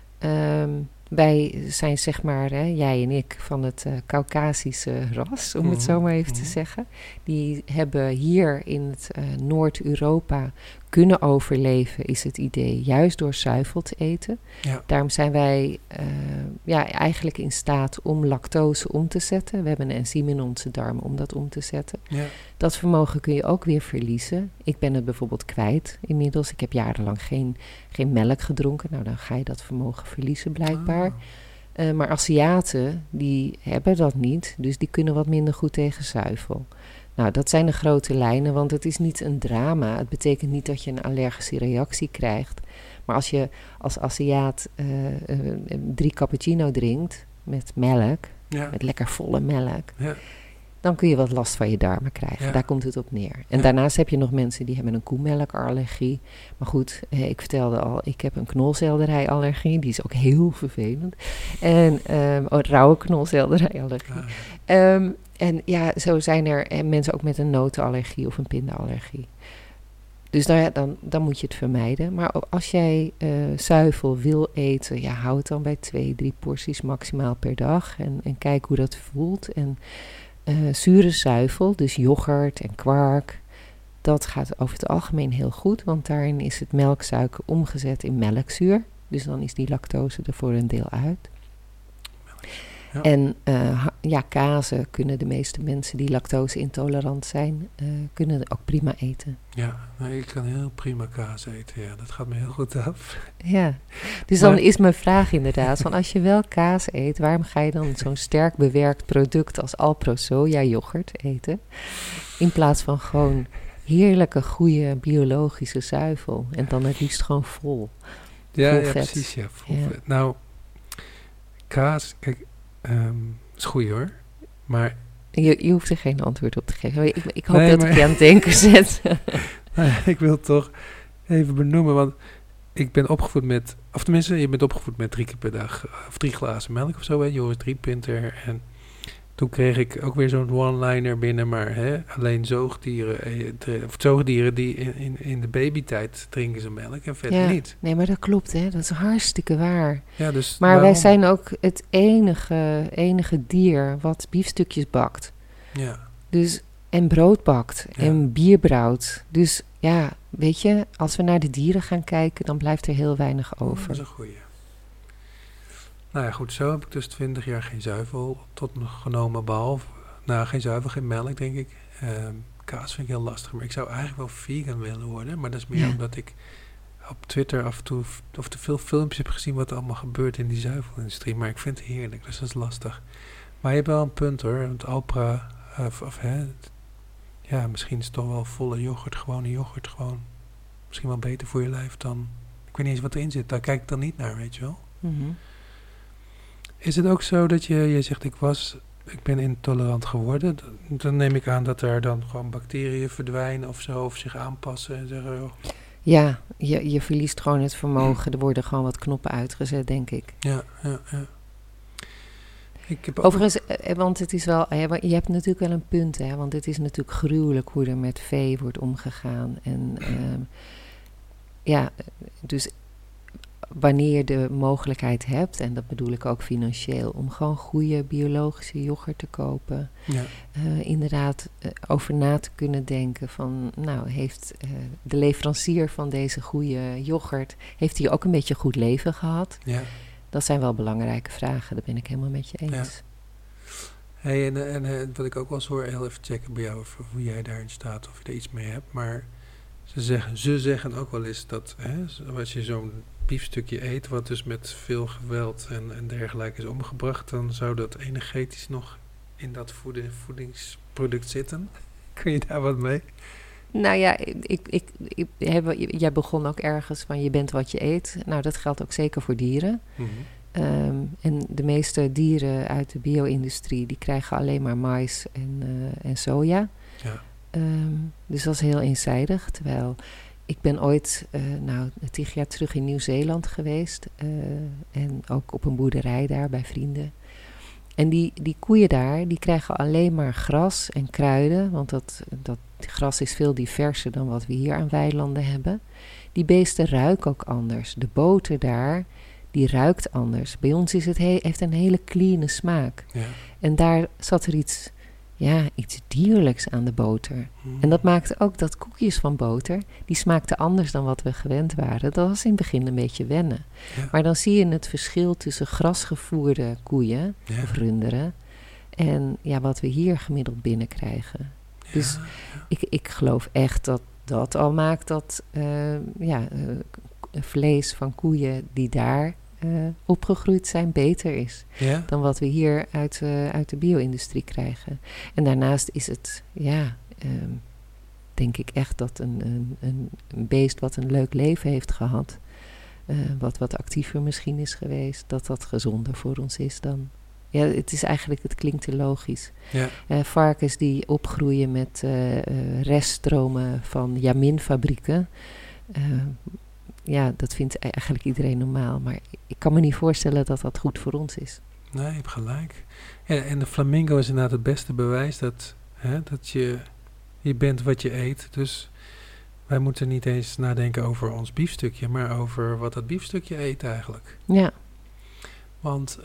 Speaker 2: Wij zijn zeg maar, jij en ik, van het Caucasische ras, om het zo maar even te zeggen. Die hebben hier in het Noord-Europa kunnen overleven, is het idee, juist door zuivel te eten. Ja. Daarom zijn wij eigenlijk in staat om lactose om te zetten. We hebben een enzym in onze darmen om dat om te zetten. Ja. Dat vermogen kun je ook weer verliezen. Ik ben het bijvoorbeeld kwijt inmiddels. Ik heb jarenlang geen melk gedronken. Nou, dan ga je dat vermogen verliezen blijkbaar. Maar Aziaten, die hebben dat niet. Dus die kunnen wat minder goed tegen zuivel. Nou, dat zijn de grote lijnen, want het is niet een drama. Het betekent niet dat je een allergische reactie krijgt. Maar als je als Aziat 3 cappuccino drinkt met melk, met lekker volle melk, dan kun je wat last van je darmen krijgen. Ja. Daar komt het op neer. En daarnaast heb je nog mensen die hebben een koemelkallergie. Maar goed, ik vertelde al, ik heb een knolselderijallergie. Die is ook heel vervelend. En rauwe knolselderijallergie. En zo zijn er mensen ook met een notenallergie of een pindaallergie. Dus dan moet je het vermijden. Maar als jij zuivel wil eten, hou het dan bij 2-3 porties maximaal per dag. En kijk hoe dat voelt. En zure zuivel, dus yoghurt en kwark, dat gaat over het algemeen heel goed. Want daarin is het melksuiker omgezet in melkzuur. Dus dan is die lactose er voor een deel uit. Ja. En kazen kunnen de meeste mensen die lactose intolerant zijn, kunnen ook prima eten.
Speaker 1: Ja, ik kan heel prima kaas eten. Ja, dat gaat me heel goed af.
Speaker 2: Ja, dus dan is mijn vraag inderdaad, van als je wel kaas eet, waarom ga je dan zo'n sterk bewerkt product als Alpro soja yoghurt eten? In plaats van gewoon heerlijke, goede, biologische zuivel. En dan het liefst gewoon vol.
Speaker 1: Ja, precies. Ja, vol vet. Nou, kaas, kijk, is goed hoor, maar...
Speaker 2: Je hoeft er geen antwoord op te geven. Ik hoop dat ik je aan het denken zet.
Speaker 1: Ik wil het toch even benoemen, want ik ben opgevoed met... Of tenminste, je bent opgevoed met 3 keer per dag. Of 3 glazen melk of zo, weet je. Joris 3-pinter. En toen kreeg ik ook weer zo'n one-liner binnen. Maar alleen zoogdieren die in de babytijd drinken ze melk en verder niet.
Speaker 2: Nee, maar dat klopt, hè. Dat is hartstikke waar.
Speaker 1: Ja, dus
Speaker 2: maar wij zijn ook het enige dier wat biefstukjes bakt.
Speaker 1: Ja.
Speaker 2: Dus, en brood bakt. Ja. En bier brouwt. Dus ja, weet je, als we naar de dieren gaan kijken, dan blijft er heel weinig over.
Speaker 1: Dat is een goeie. Nou ja, goed, zo heb ik dus 20 jaar geen zuivel tot me genomen, behalve... Nou, geen zuivel, geen melk, denk ik. Kaas vind ik heel lastig, maar ik zou eigenlijk wel vegan willen worden. Maar dat is meer omdat ik op Twitter af en toe of te veel filmpjes heb gezien wat er allemaal gebeurt in die zuivelindustrie. Maar ik vind het heerlijk, dus dat is lastig. Maar je hebt wel een punt hoor, want Alpra, misschien is het toch wel volle yoghurt, gewone yoghurt, gewoon misschien wel beter voor je lijf dan... Ik weet niet eens wat erin zit, daar kijk ik dan niet naar, weet je wel.
Speaker 2: Mm-hmm.
Speaker 1: Is het ook zo dat je zegt ik ben intolerant geworden? Dan neem ik aan dat er dan gewoon bacteriën verdwijnen of zo, of zich aanpassen en zeggen... Oh.
Speaker 2: Ja, je verliest gewoon het vermogen. Er worden gewoon wat knoppen uitgezet, denk ik.
Speaker 1: Ja.
Speaker 2: Overigens, want het is wel... Je hebt natuurlijk wel een punt, hè. Want het is natuurlijk gruwelijk hoe er met vee wordt omgegaan. En dus... Wanneer je de mogelijkheid hebt, en dat bedoel ik ook financieel, om gewoon goede biologische yoghurt te kopen. Ja. Inderdaad over na te kunnen denken van, nou, heeft de leverancier van deze goede yoghurt, heeft hij ook een beetje goed leven gehad? Ja. Dat zijn wel belangrijke vragen, daar ben ik helemaal met je eens.
Speaker 1: Ja. Hey, en wat ik ook wel eens hoor, heel even checken bij jou of hoe jij daarin staat, of je er iets mee hebt, maar ze zeggen ook wel eens dat als je zo'n biefstukje eet, wat dus met veel geweld en dergelijke is omgebracht, dan zou dat energetisch nog in dat voedingsproduct zitten. Kun je daar wat mee?
Speaker 2: Nou ja, jij begon ook ergens van je bent wat je eet. Nou, dat geldt ook zeker voor dieren. Mm-hmm. En de meeste dieren uit de bio-industrie, die krijgen alleen maar mais en soja. Ja. Dus dat is heel eenzijdig. Terwijl ik ben ooit 10 jaar terug in Nieuw-Zeeland geweest. En ook op een boerderij daar bij vrienden. En die koeien daar, die krijgen alleen maar gras en kruiden. Want dat gras is veel diverser dan wat we hier aan weilanden hebben. Die beesten ruiken ook anders. De boter daar, die ruikt anders. Bij ons heeft een hele clean smaak. Ja. En daar zat er iets dierlijks aan de boter. Mm. En dat maakte ook dat koekjes van boter, die smaakten anders dan wat we gewend waren. Dat was in het begin een beetje wennen. Ja. Maar dan zie je het verschil tussen grasgevoerde koeien, of runderen, en wat we hier gemiddeld binnenkrijgen. Ja. Dus ik geloof echt dat al maakt dat vlees van koeien die daar opgegroeid zijn beter is dan wat we hier uit de bio-industrie krijgen. En daarnaast is het, denk ik echt dat een beest wat een leuk leven heeft gehad, wat actiever misschien is geweest, dat gezonder voor ons is dan. Ja, het klinkt te logisch. Ja. Varkens die opgroeien met reststromen van jaminfabrieken, dat vindt eigenlijk iedereen normaal. Maar ik kan me niet voorstellen dat dat goed voor ons is.
Speaker 1: Nee, je hebt gelijk. Ja, en de flamingo is inderdaad het beste bewijs dat je bent wat je eet. Dus wij moeten niet eens nadenken over ons biefstukje, maar over wat dat biefstukje eet eigenlijk. Ja. Want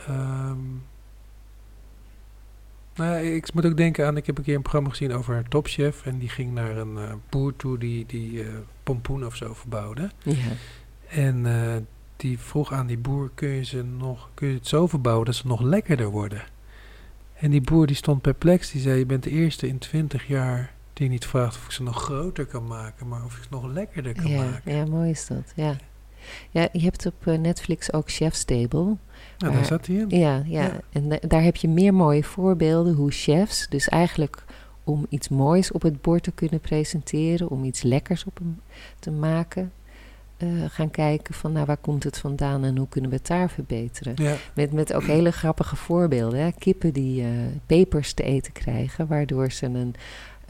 Speaker 1: ik moet ook denken aan, ik heb een keer een programma gezien over een topchef en die ging naar een boer toe die pompoen of zo verbouwde. Ja. En die vroeg aan die boer, kun je het zo verbouwen dat ze nog lekkerder worden? En die boer die stond perplex, die zei, je bent de eerste in 20 jaar die niet vraagt of ik ze nog groter kan maken, maar of ik ze nog lekkerder kan maken.
Speaker 2: Ja, mooi is dat, ja. Ja, je hebt op Netflix ook Chef's Table.
Speaker 1: Ja, daar zat hij in.
Speaker 2: Ja. En daar heb je meer mooie voorbeelden hoe chefs, dus eigenlijk om iets moois op het bord te kunnen presenteren, om iets lekkers op hem te maken, gaan kijken van waar komt het vandaan en hoe kunnen we het daar verbeteren. Ja. Met ook hele grappige voorbeelden. Hè? Kippen die pepers te eten krijgen, waardoor ze een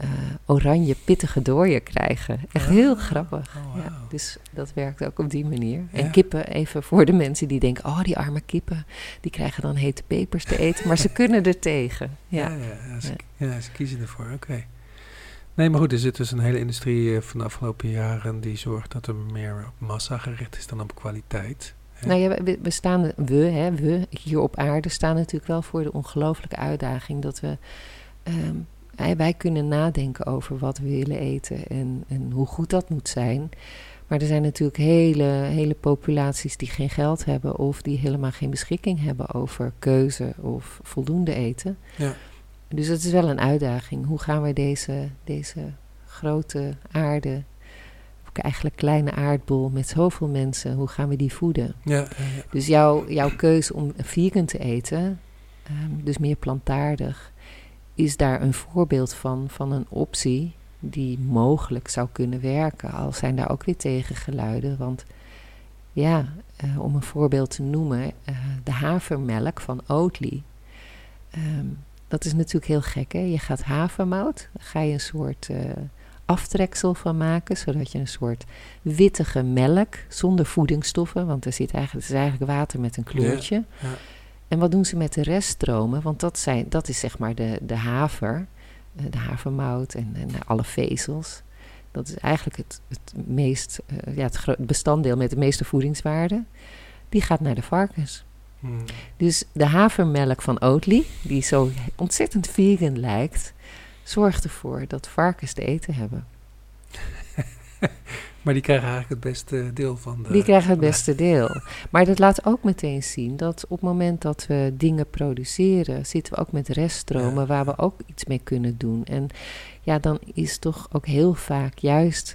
Speaker 2: oranje pittige dooien krijgen. Echt heel grappig.
Speaker 1: Oh, wow.
Speaker 2: Ja, dus dat werkt ook op die manier.
Speaker 1: Ja.
Speaker 2: En kippen, even voor de mensen die denken... oh, die arme kippen, die krijgen dan hete pepers te eten. Maar ze kunnen er tegen. Ja.
Speaker 1: Ze kiezen ervoor, oké. Nee, maar goed, er zit dus een hele industrie van de afgelopen jaren... die zorgt dat er meer op massa gericht is dan op kwaliteit.
Speaker 2: Nou ja, we hier op aarde staan natuurlijk wel voor de ongelooflijke uitdaging... dat we... wij kunnen nadenken over wat we willen eten en hoe goed dat moet zijn. Maar er zijn natuurlijk hele populaties die geen geld hebben... of die helemaal geen beschikking hebben over keuze of voldoende eten.
Speaker 1: Ja. Dus
Speaker 2: het is wel een uitdaging. Hoe gaan we deze grote aarde... eigenlijk kleine aardbol met zoveel mensen... hoe gaan we die voeden?
Speaker 1: Ja.
Speaker 2: Dus jouw keuze om vegan te eten... dus meer plantaardig... is daar een voorbeeld van een optie die mogelijk zou kunnen werken. Al zijn daar ook weer tegengeluiden. Want om een voorbeeld te noemen, de havermelk van Oatly. Dat is natuurlijk heel gek, hè? Je gaat havermout, daar ga je een soort aftreksel van maken, zodat je een soort wittige melk zonder voedingsstoffen, want het is eigenlijk water met een kleurtje. Ja. En wat doen ze met de reststromen? Want dat is zeg maar de haver, de havermout en alle vezels. Dat is eigenlijk het bestanddeel met de meeste voedingswaarde. Die gaat naar de varkens. Dus de havermelk van Oatly, die zo ontzettend vegan lijkt, zorgt ervoor dat varkens te eten hebben.
Speaker 1: Maar die krijgen eigenlijk het beste deel van
Speaker 2: Die krijgen het beste deel. Maar dat laat ook meteen zien dat op het moment dat we dingen produceren... zitten we ook met reststromen waar we ook iets mee kunnen doen. En dan is toch ook heel vaak juist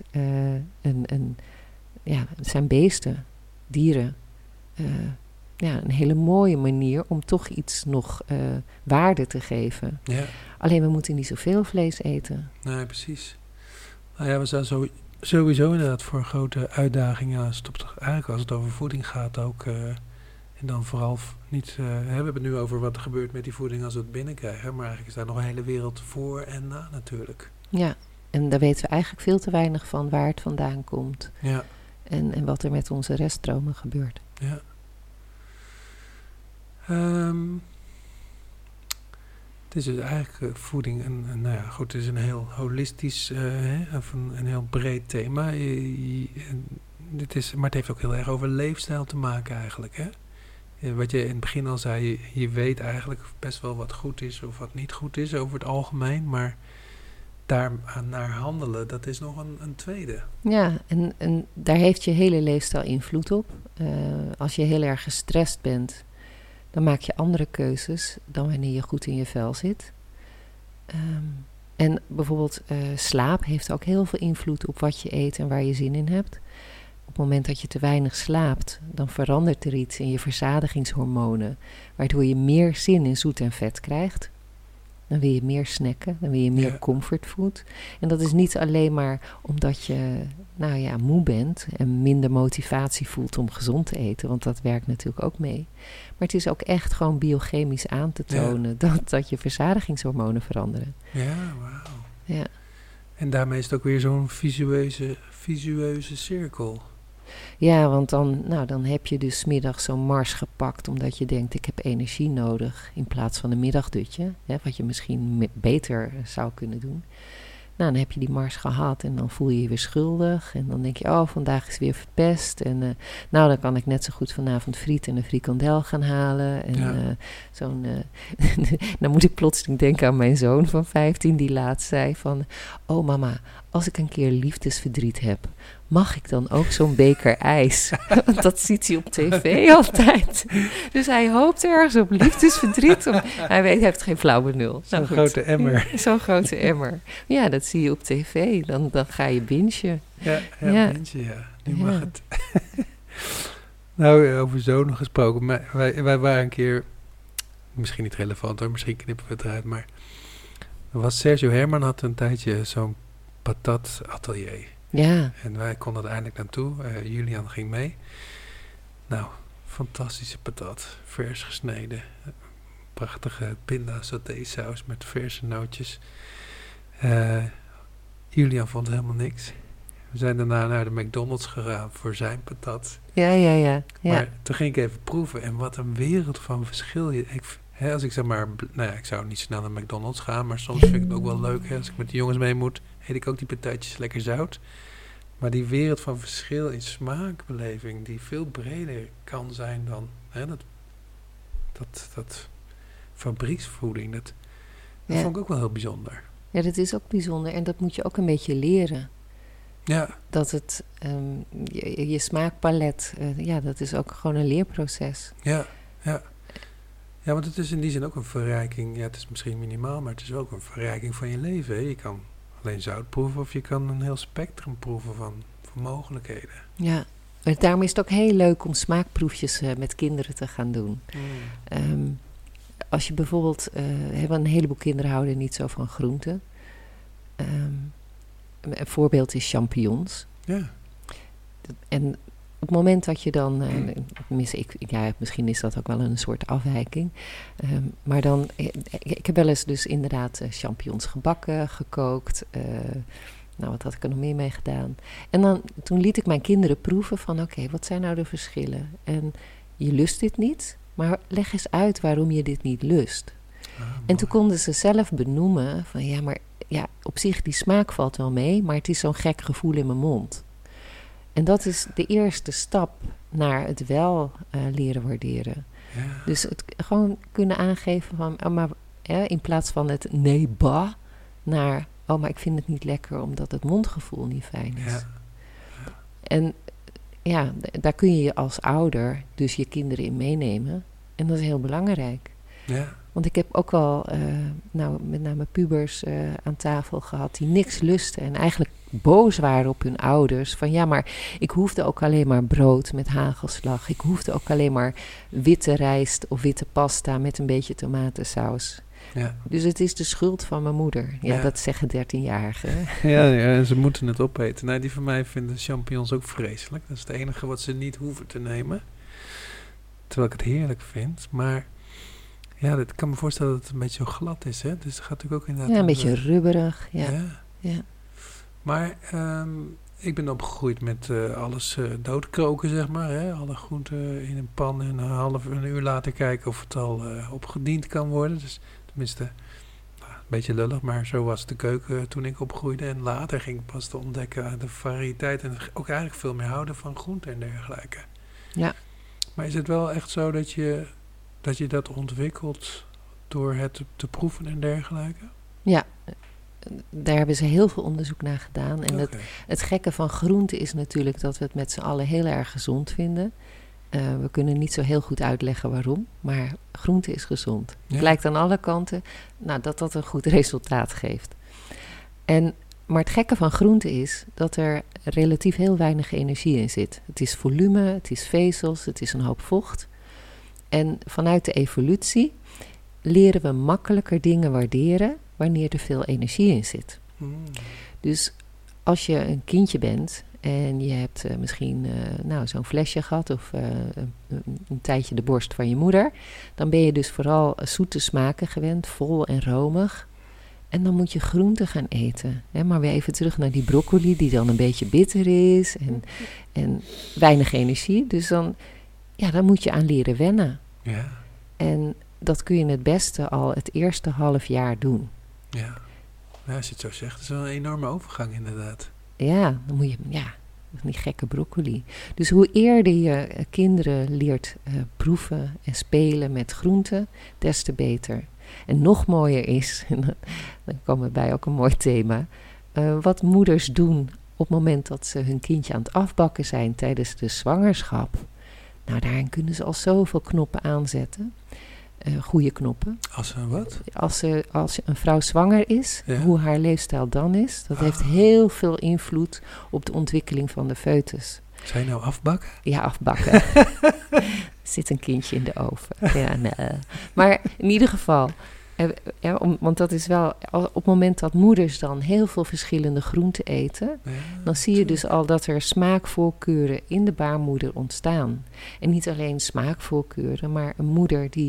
Speaker 2: het zijn beesten, dieren... een hele mooie manier om toch iets nog waarde te geven. Ja. Alleen we moeten niet zoveel vlees eten.
Speaker 1: Nee, precies. Nou ja, we zijn sowieso inderdaad voor grote uitdagingen als het over voeding gaat ook. En dan vooral niet... we hebben het nu over wat er gebeurt met die voeding als we het binnenkrijgen. Maar eigenlijk is daar nog een hele wereld voor en na natuurlijk.
Speaker 2: Ja, en daar weten we eigenlijk veel te weinig van waar het vandaan komt.
Speaker 1: Ja.
Speaker 2: En wat er met onze reststromen gebeurt.
Speaker 1: Ja. Het is dus eigenlijk voeding het is een heel holistisch, of een heel breed thema. Maar het heeft ook heel erg over leefstijl te maken eigenlijk, hè? Wat je in het begin al zei, je weet eigenlijk best wel wat goed is of wat niet goed is over het algemeen, maar daar naar handelen, dat is nog een tweede.
Speaker 2: Ja, en daar heeft je hele leefstijl invloed op. Als je heel erg gestrest bent, dan maak je andere keuzes dan wanneer je goed in je vel zit. En bijvoorbeeld slaap heeft ook heel veel invloed op wat je eet en waar je zin in hebt. Op het moment dat je te weinig slaapt, dan verandert er iets in je verzadigingshormonen, waardoor je meer zin in zoet en vet krijgt. Dan wil je meer snacken, dan wil je meer comfortfood. En dat is niet alleen maar omdat je moe bent en minder motivatie voelt om gezond te eten, want dat werkt natuurlijk ook mee. Maar het is ook echt gewoon biochemisch aan te tonen dat je verzadigingshormonen veranderen.
Speaker 1: Ja, wauw.
Speaker 2: Ja.
Speaker 1: En daarmee is het ook weer zo'n visueuze cirkel.
Speaker 2: Ja, want dan heb je dus 's middags zo'n mars gepakt, omdat je denkt, ik heb energie nodig, in plaats van een middagdutje, wat je misschien beter zou kunnen doen. Nou, dan heb je die mars gehad en dan voel je je weer schuldig. En dan denk je, oh, vandaag is weer verpest. En dan kan ik net zo goed vanavond friet en een frikandel gaan halen. En dan moet ik plotseling denken aan mijn zoon van 15, die laatst zei van, oh mama, als ik een keer liefdesverdriet heb, mag ik dan ook zo'n beker ijs? Want dat ziet hij op tv altijd. Dus hij hoopt ergens op liefdesverdriet. Hij heeft geen flauwe nul.
Speaker 1: Zo'n grote emmer.
Speaker 2: Zo'n grote emmer. Ja, dat zie je op tv. Dan ga je bingen.
Speaker 1: Ja. Bingen, ja. Nu mag het. Nou, over zonen gesproken. Maar wij waren een keer, misschien niet relevant hoor, misschien knippen we het eruit, maar Sergio Herman had een tijdje zo'n patatatelier.
Speaker 2: Ja.
Speaker 1: En wij konden er eindelijk naartoe. Julian ging mee. Nou, fantastische patat. Vers gesneden. Prachtige pinda saté saus met verse nootjes. Julian vond helemaal niks. We zijn daarna naar de McDonald's gegaan voor zijn patat.
Speaker 2: Ja.
Speaker 1: Maar toen ging ik even proeven. En wat een wereld van verschil. Als ik zeg maar... Nou ja, ik zou niet snel naar McDonald's gaan. Maar soms vind ik het ook wel leuk. Als ik met de jongens mee moet, eet ik ook die patatjes lekker zout. Maar die wereld van verschil in smaakbeleving, die veel breder kan zijn dan dat fabrieksvoeding. Dat vond ik ook wel heel bijzonder.
Speaker 2: Ja, dat is ook bijzonder. En dat moet je ook een beetje leren.
Speaker 1: Ja.
Speaker 2: Dat het, je smaakpalet, dat is ook gewoon een leerproces.
Speaker 1: Ja. Ja, want het is in die zin ook een verrijking. Ja, het is misschien minimaal, maar het is ook een verrijking van je leven. Hè? Je kan alleen zout proeven of je kan een heel spectrum proeven van mogelijkheden.
Speaker 2: Ja, maar daarom is het ook heel leuk om smaakproefjes met kinderen te gaan doen. Als je bijvoorbeeld, een heleboel kinderen houden niet zo van groenten. Een voorbeeld is champignons.
Speaker 1: Ja.
Speaker 2: En op het moment dat je dan, misschien is dat ook wel een soort afwijking. Maar dan, ik heb wel eens dus inderdaad champignons gebakken, gekookt. Wat had ik er nog meer mee gedaan? En toen liet ik mijn kinderen proeven van oké, wat zijn nou de verschillen? En je lust dit niet, maar leg eens uit waarom je dit niet lust. En toen konden ze zelf benoemen van op zich die smaak valt wel mee, maar het is zo'n gek gevoel in mijn mond. En dat is de eerste stap naar het wel leren waarderen. Ja. Dus het gewoon kunnen aangeven van, in plaats van het nee, bah, naar, maar ik vind het niet lekker omdat het mondgevoel niet fijn is. Ja. En daar kun je als ouder dus je kinderen in meenemen. En dat is heel belangrijk. Ja. Want ik heb ook wel met name pubers aan tafel gehad die niks lusten en eigenlijk boos waren op hun ouders. Van maar ik hoefde ook alleen maar brood met hagelslag. Ik hoefde ook alleen maar witte rijst of witte pasta met een beetje tomatensaus. Ja. Dus het is de schuld van mijn moeder. Ja, dat zeggen 13-jarigen.
Speaker 1: Ja, ze moeten het opeten. Nou, die van mij vinden champignons ook vreselijk. Dat is het enige wat ze niet hoeven te nemen. Terwijl ik het heerlijk vind. Maar ja, ik kan me voorstellen dat het een beetje zo glad is. Hè? Dus het gaat natuurlijk ook inderdaad...
Speaker 2: Ja, een beetje rubberig. Ja.
Speaker 1: Maar ik ben opgegroeid met alles doodkoken, zeg maar. Hè? Alle groenten in een pan en een uur later kijken of het al opgediend kan worden. Dus tenminste, een beetje lullig, maar zo was de keuken toen ik opgroeide. En later ging ik pas te ontdekken de variëteit en ook eigenlijk veel meer houden van groenten en dergelijke. Ja. Maar is het wel echt zo dat je dat ontwikkelt door het te proeven en dergelijke? Ja,
Speaker 2: daar hebben ze heel veel onderzoek naar gedaan. En het gekke van groenten is natuurlijk dat we het met z'n allen heel erg gezond vinden. We kunnen niet zo heel goed uitleggen waarom, maar groente is gezond. Ja. Het lijkt aan alle kanten dat een goed resultaat geeft. Maar het gekke van groente is dat er relatief heel weinig energie in zit. Het is volume, het is vezels, het is een hoop vocht. En vanuit de evolutie leren we makkelijker dingen waarderen wanneer er veel energie in zit. Dus als je een kindje bent en je hebt misschien zo'n flesje gehad of een tijdje de borst van je moeder, dan ben je dus vooral zoete smaken gewend, vol en romig. En dan moet je groenten gaan eten. Hè? Maar weer even terug naar die broccoli die dan een beetje bitter is en weinig energie. Dus dan moet je aan leren wennen. Ja. En dat kun je het beste al het eerste half jaar doen.
Speaker 1: Ja, als je het zo zegt, is wel een enorme overgang inderdaad.
Speaker 2: Ja, dan moet je, die gekke broccoli. Dus hoe eerder je kinderen leert proeven en spelen met groenten, des te beter. En nog mooier is, en dan komen we bij ook een mooi thema, wat moeders doen op het moment dat ze hun kindje aan het afbakken zijn tijdens de zwangerschap. Nou, daarin kunnen ze al zoveel knoppen aanzetten. Goede knoppen.
Speaker 1: Als een wat?
Speaker 2: Als een vrouw zwanger is, hoe haar leefstijl dan is, dat heeft heel veel invloed op de ontwikkeling van de foetus.
Speaker 1: Zou je nou afbakken?
Speaker 2: Ja, afbakken. Er zit een kindje in de oven. Ja, nee. Maar in ieder geval, want dat is wel, op het moment dat moeders dan heel veel verschillende groenten eten, dan zie je dus al dat er smaakvoorkeuren in de baarmoeder ontstaan. En niet alleen smaakvoorkeuren, maar een moeder die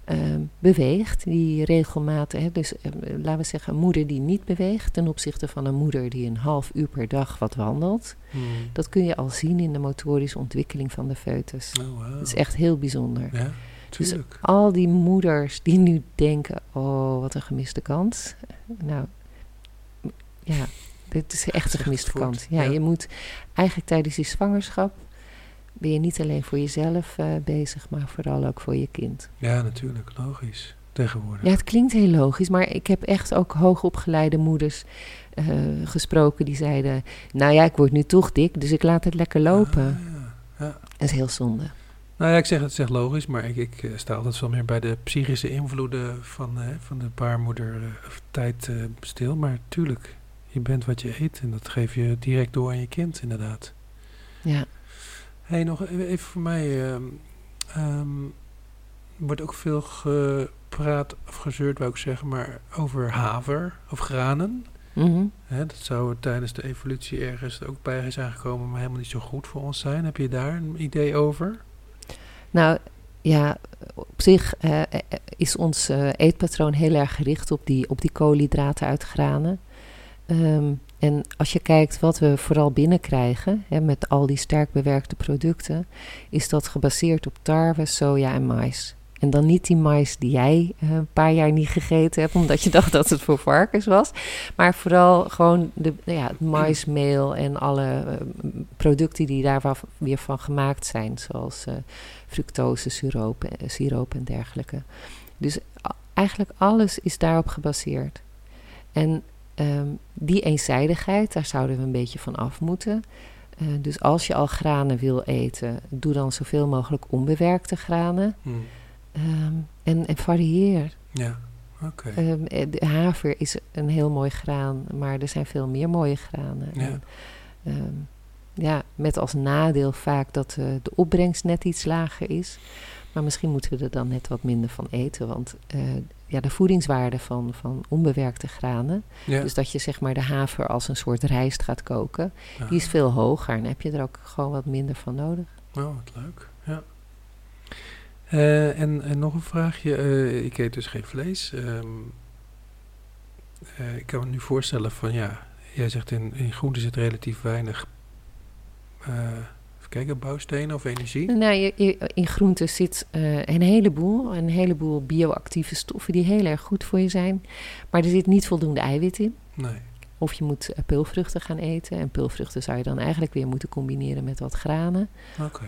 Speaker 2: beweegt, die regelmatig, dus laten we zeggen een moeder die niet beweegt ten opzichte van een moeder die een half uur per dag wat wandelt. Dat kun je al zien in de motorische ontwikkeling van de foetus.
Speaker 1: Oh, wow.
Speaker 2: Dat is echt heel bijzonder.
Speaker 1: Ja,
Speaker 2: dus al die moeders die nu denken, oh wat een gemiste kans. Nou, ja, dit is echt een gemiste kans. Ja, je moet eigenlijk tijdens die zwangerschap ben je niet alleen voor jezelf bezig, maar vooral ook voor je kind.
Speaker 1: Ja, natuurlijk. Logisch. Tegenwoordig.
Speaker 2: Ja, het klinkt heel logisch, maar ik heb echt ook hoogopgeleide moeders gesproken die zeiden, nou ja, ik word nu toch dik, dus ik laat het lekker lopen.
Speaker 1: Ja.
Speaker 2: Dat is heel zonde.
Speaker 1: Nou ja, ik zeg het logisch, maar ik sta altijd veel meer bij de psychische invloeden van de baarmoeder tijd stil. Maar tuurlijk, je bent wat je eet en dat geef je direct door aan je kind, inderdaad.
Speaker 2: Ja.
Speaker 1: Hey, nog even voor mij. Wordt ook veel gepraat of gezeurd, wou ik zeggen, maar over haver of granen.
Speaker 2: Mm-hmm.
Speaker 1: Dat zou tijdens de evolutie ergens ook bij zijn gekomen, maar helemaal niet zo goed voor ons zijn. Heb je daar een idee over?
Speaker 2: Nou, ja, op zich is ons eetpatroon heel erg gericht op die koolhydraten uit granen. En als je kijkt wat we vooral binnenkrijgen, met al die sterk bewerkte producten, is dat gebaseerd op tarwe, soja en mais. En dan niet die mais die jij een paar jaar niet gegeten hebt, omdat je dacht dat het voor varkens was. Maar vooral gewoon het maismeel en alle producten die daar weer van gemaakt zijn. Zoals fructose, siroop en dergelijke. Dus eigenlijk alles is daarop gebaseerd. En die eenzijdigheid, daar zouden we een beetje van af moeten. Dus als je al granen wil eten, doe dan zoveel mogelijk onbewerkte granen. En varieer.
Speaker 1: Ja, oké.
Speaker 2: De haver is een heel mooi graan, maar er zijn veel meer mooie granen.
Speaker 1: Ja.
Speaker 2: En, met als nadeel vaak dat de opbrengst net iets lager is. Maar misschien moeten we er dan net wat minder van eten. Want de voedingswaarde van onbewerkte granen, dus dat je zeg maar de haver als een soort rijst gaat koken, die is veel hoger. En dan heb je er ook gewoon wat minder van nodig.
Speaker 1: Oh, wat leuk. Ja. En nog een vraagje. Ik eet dus geen vlees. Ik kan me nu voorstellen van jij zegt in groenten zit relatief weinig bouwstenen of energie.
Speaker 2: Nou, in groenten zit een heleboel bioactieve stoffen die heel erg goed voor je zijn. Maar er zit niet voldoende eiwit in. Nee. Of je moet peulvruchten gaan eten. En peulvruchten zou je dan eigenlijk weer moeten combineren met wat granen.
Speaker 1: Oké.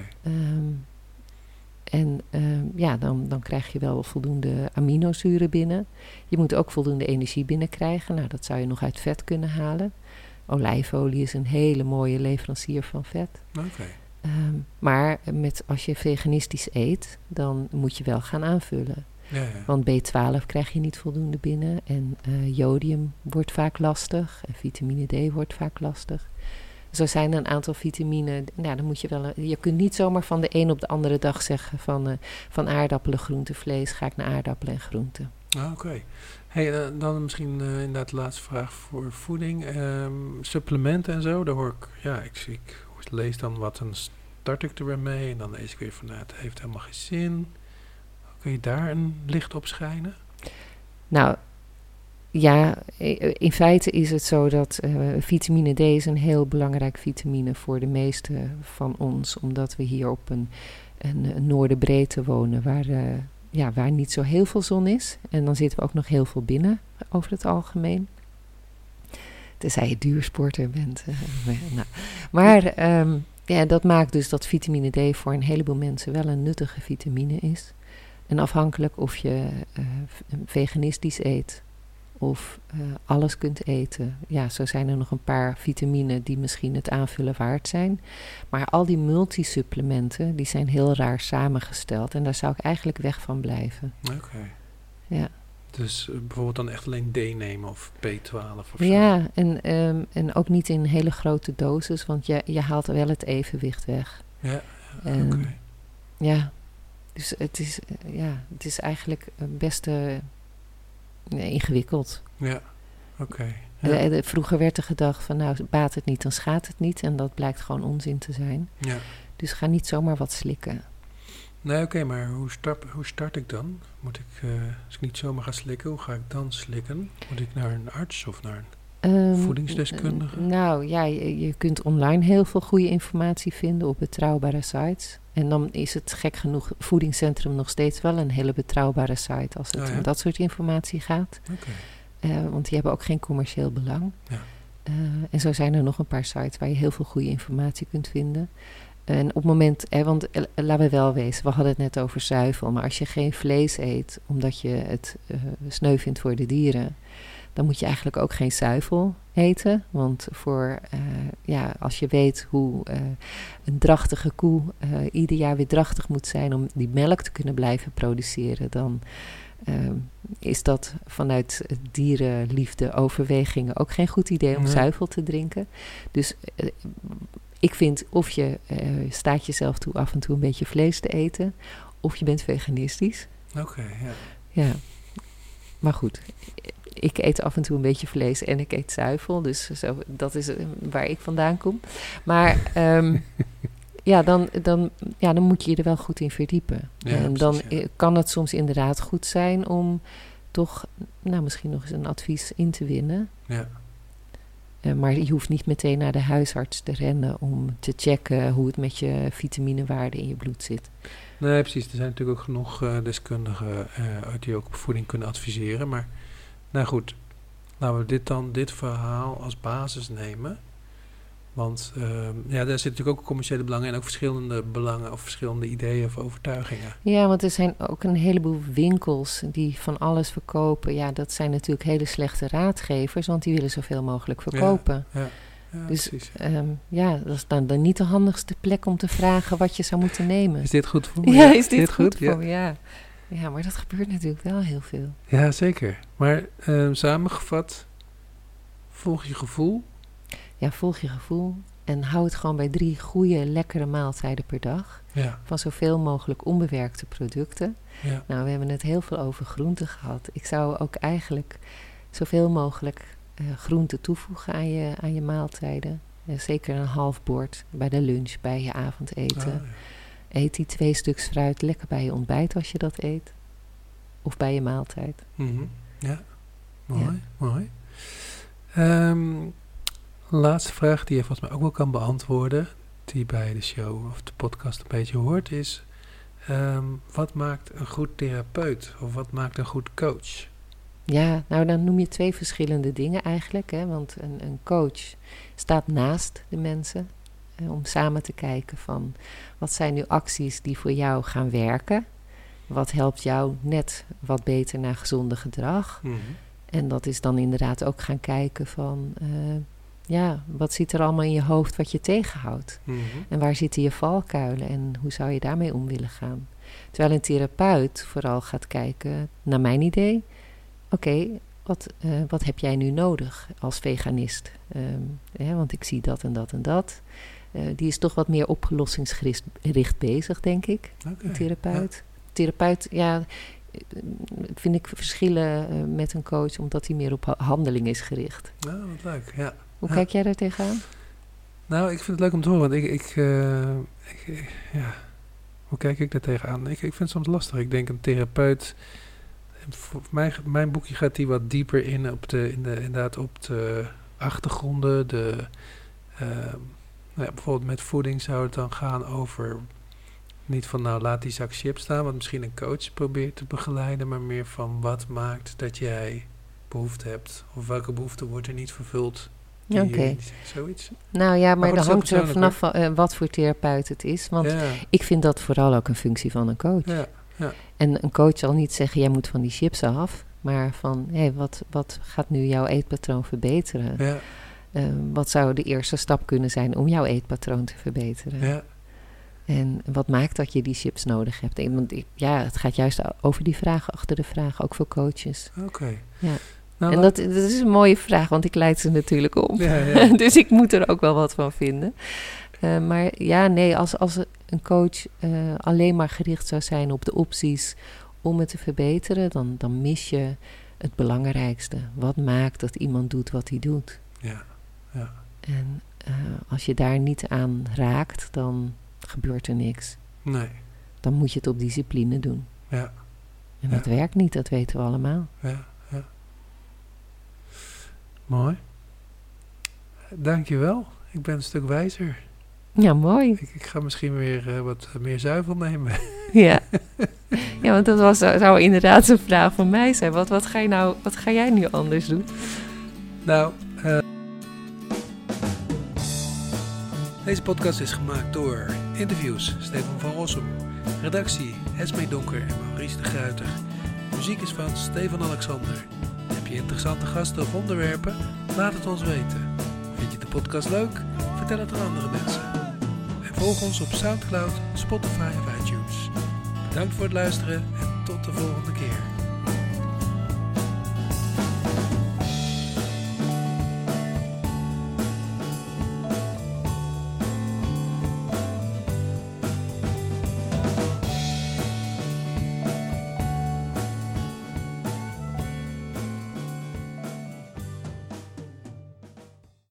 Speaker 2: Dan krijg je wel voldoende aminozuren binnen. Je moet ook voldoende energie binnenkrijgen. Nou, dat zou je nog uit vet kunnen halen. Olijfolie is een hele mooie leverancier van vet.
Speaker 1: Oké.
Speaker 2: Maar als je veganistisch eet, dan moet je wel gaan aanvullen. Ja. Want B12 krijg je niet voldoende binnen. En jodium wordt vaak lastig. En vitamine D wordt vaak lastig. Zo zijn er een aantal vitamine. Nou, dan moet je wel. Je kunt niet zomaar van de een op de andere dag zeggen van aardappelen, groente, vlees ga ik naar aardappelen en groenten.
Speaker 1: Oké. Hey, dan misschien inderdaad de laatste vraag voor voeding. Supplementen en zo. Daar hoor ik lees dan wat en start ik er weer mee. En dan lees ik weer van het heeft helemaal geen zin. Kun je daar een licht op schijnen?
Speaker 2: Nou, ja, in feite is het zo dat vitamine D is een heel belangrijk vitamine voor de meeste van ons. Omdat we hier op een noorderbreedte wonen waar niet zo heel veel zon is. En dan zitten we ook nog heel veel binnen over het algemeen. Tenzij je duursporter bent. Dat maakt dus dat vitamine D voor een heleboel mensen wel een nuttige vitamine is. En afhankelijk of je veganistisch eet of alles kunt eten. Ja, zo zijn er nog een paar vitaminen die misschien het aanvullen waard zijn. Maar al die multisupplementen, die zijn heel raar samengesteld. En daar zou ik eigenlijk weg van blijven.
Speaker 1: Oké.
Speaker 2: Ja.
Speaker 1: Dus bijvoorbeeld dan echt alleen D nemen of B12 of zo?
Speaker 2: Ja, en ook niet in hele grote doses, want je haalt wel het evenwicht weg.
Speaker 1: Ja, oké.
Speaker 2: Ja, dus het is eigenlijk best ingewikkeld.
Speaker 1: Ja, oké. Ja.
Speaker 2: Vroeger werd er gedacht van nou, baat het niet, dan schaadt het niet. En dat blijkt gewoon onzin te zijn.
Speaker 1: Ja.
Speaker 2: Dus ga niet zomaar wat slikken.
Speaker 1: Nee, oké, maar hoe start ik dan? Moet ik, als ik niet zomaar ga slikken, hoe ga ik dan slikken? Moet ik naar een arts of naar een voedingsdeskundige?
Speaker 2: Nou ja, je kunt online heel veel goede informatie vinden op betrouwbare sites. En dan is het gek genoeg voedingscentrum nog steeds wel een hele betrouwbare site als het om dat soort informatie gaat.
Speaker 1: Okay.
Speaker 2: Want die hebben ook geen commercieel belang.
Speaker 1: Ja.
Speaker 2: En zo zijn er nog een paar sites waar je heel veel goede informatie kunt vinden. En op het moment, want laten we wel wezen, we hadden het net over zuivel. Maar als je geen vlees eet, omdat je het sneu vindt voor de dieren, dan moet je eigenlijk ook geen zuivel eten. Want als je weet hoe een drachtige koe ieder jaar weer drachtig moet zijn om die melk te kunnen blijven produceren, dan is dat vanuit dierenliefde overwegingen ook geen goed idee om zuivel te drinken. Dus ik vind of je staat jezelf toe af en toe een beetje vlees te eten, of je bent veganistisch.
Speaker 1: Oké, ja.
Speaker 2: Ja, maar goed. Ik eet af en toe een beetje vlees en ik eet zuivel. Dus dat is waar ik vandaan kom. Maar dan moet je je er wel goed in verdiepen.
Speaker 1: Ja,
Speaker 2: en
Speaker 1: precies,
Speaker 2: dan kan het soms inderdaad goed zijn om toch misschien nog eens een advies in te winnen.
Speaker 1: Ja.
Speaker 2: Maar je hoeft niet meteen naar de huisarts te rennen om te checken hoe het met je vitaminewaarde in je bloed zit.
Speaker 1: Nee, precies. Er zijn natuurlijk ook genoeg deskundigen die ook op voeding kunnen adviseren. Maar nou goed, laten we dit verhaal als basis nemen. Want daar zitten natuurlijk ook commerciële belangen en ook verschillende belangen of verschillende ideeën of overtuigingen.
Speaker 2: Ja, want er zijn ook een heleboel winkels die van alles verkopen. Ja, dat zijn natuurlijk hele slechte raadgevers, want die willen zoveel mogelijk verkopen.
Speaker 1: Ja,
Speaker 2: dus
Speaker 1: precies.
Speaker 2: Dat is dan niet de handigste plek om te vragen wat je zou moeten nemen.
Speaker 1: Is dit goed voor me?
Speaker 2: Ja, is dit goed voor me?
Speaker 1: Ja.
Speaker 2: Ja, maar dat gebeurt natuurlijk wel heel veel.
Speaker 1: Ja, zeker. Maar samengevat, volg je gevoel.
Speaker 2: Ja, volg je gevoel en hou het gewoon bij 3 goede, lekkere maaltijden per dag.
Speaker 1: Ja.
Speaker 2: Van zoveel mogelijk onbewerkte producten.
Speaker 1: Ja.
Speaker 2: Nou, we hebben het heel veel over groenten gehad. Ik zou ook eigenlijk zoveel mogelijk groenten toevoegen aan je maaltijden. Zeker een half bord bij de lunch, bij je avondeten.
Speaker 1: Oh, ja.
Speaker 2: Eet die 2 stuks fruit lekker bij je ontbijt als je dat eet. Of bij je maaltijd.
Speaker 1: Mm-hmm. Ja, mooi. Laatste vraag die je volgens mij ook wel kan beantwoorden, die bij de show of de podcast een beetje hoort, is wat maakt een goed therapeut of wat maakt een goed coach?
Speaker 2: Ja, nou dan noem je 2 verschillende dingen eigenlijk. Hè? Want een coach staat naast de mensen om samen te kijken van wat zijn nu acties die voor jou gaan werken? Wat helpt jou net wat beter naar gezonde gedrag?
Speaker 1: Mm-hmm.
Speaker 2: En dat is dan inderdaad ook gaan kijken van wat zit er allemaal in je hoofd wat je tegenhoudt?
Speaker 1: Mm-hmm. En
Speaker 2: waar zitten je valkuilen en hoe zou je daarmee om willen gaan? Terwijl een therapeut vooral gaat kijken, naar mijn idee, oké, wat heb jij nu nodig als veganist? Want ik zie dat en dat en dat. Die is toch wat meer oplossingsgericht bezig, denk ik, een therapeut. Ja. Therapeut, vind ik verschillen met een coach, omdat hij meer op handeling is gericht.
Speaker 1: Nou, wat leuk, ja.
Speaker 2: Hoe kijk jij daar tegenaan?
Speaker 1: Nou, ik vind het leuk om te horen, want hoe kijk ik daar tegenaan? Ik vind het soms lastig. Ik denk een therapeut, voor mijn boekje gaat die wat dieper in op de achtergronden. Bijvoorbeeld met voeding zou het dan gaan over, niet van laat die zak chips staan, wat misschien een coach probeert te begeleiden, maar meer van wat maakt dat jij behoefte hebt, of welke behoefte wordt er niet vervuld.
Speaker 2: Oké.
Speaker 1: Zoiets.
Speaker 2: Nou ja, maar dat hangt er vanaf wat voor therapeut het is. Want ik vind dat vooral ook een functie van een coach.
Speaker 1: Ja.
Speaker 2: En een coach zal niet zeggen, jij moet van die chips af. Maar van, wat gaat nu jouw eetpatroon verbeteren?
Speaker 1: Ja.
Speaker 2: Wat zou de eerste stap kunnen zijn om jouw eetpatroon te verbeteren?
Speaker 1: Ja.
Speaker 2: En wat maakt dat je die chips nodig hebt? Want het gaat juist over die vragen, achter de vragen, ook voor coaches.
Speaker 1: Oké.
Speaker 2: Ja. Nou, en dat is een mooie vraag, want ik leid ze natuurlijk op.
Speaker 1: Ja.
Speaker 2: Dus ik moet er ook wel wat van vinden. Als een coach alleen maar gericht zou zijn op de opties om het te verbeteren, dan mis je het belangrijkste. Wat maakt dat iemand doet wat hij doet?
Speaker 1: Ja.
Speaker 2: En als je daar niet aan raakt, dan gebeurt er niks.
Speaker 1: Nee.
Speaker 2: dan moet je het op discipline doen.
Speaker 1: Ja.
Speaker 2: En dat werkt niet, dat weten we allemaal.
Speaker 1: Ja. Mooi. Dankjewel. Ik ben een stuk wijzer.
Speaker 2: Ja, mooi.
Speaker 1: Ik ga misschien weer wat meer zuivel nemen.
Speaker 2: Ja. Ja, want dat zou inderdaad een vraag van mij zijn. Wat ga jij nu anders doen?
Speaker 1: Nou, deze podcast is gemaakt door interviews Stefan van Rossum, redactie Esmee Donker en Maurice de Gruyter. Muziek is van Stefan Alexander. Heb je interessante gasten of onderwerpen? Laat het ons weten. Vind je de podcast leuk? Vertel het aan andere mensen. En volg ons op Soundcloud, Spotify of iTunes. Bedankt voor het luisteren en tot de volgende keer.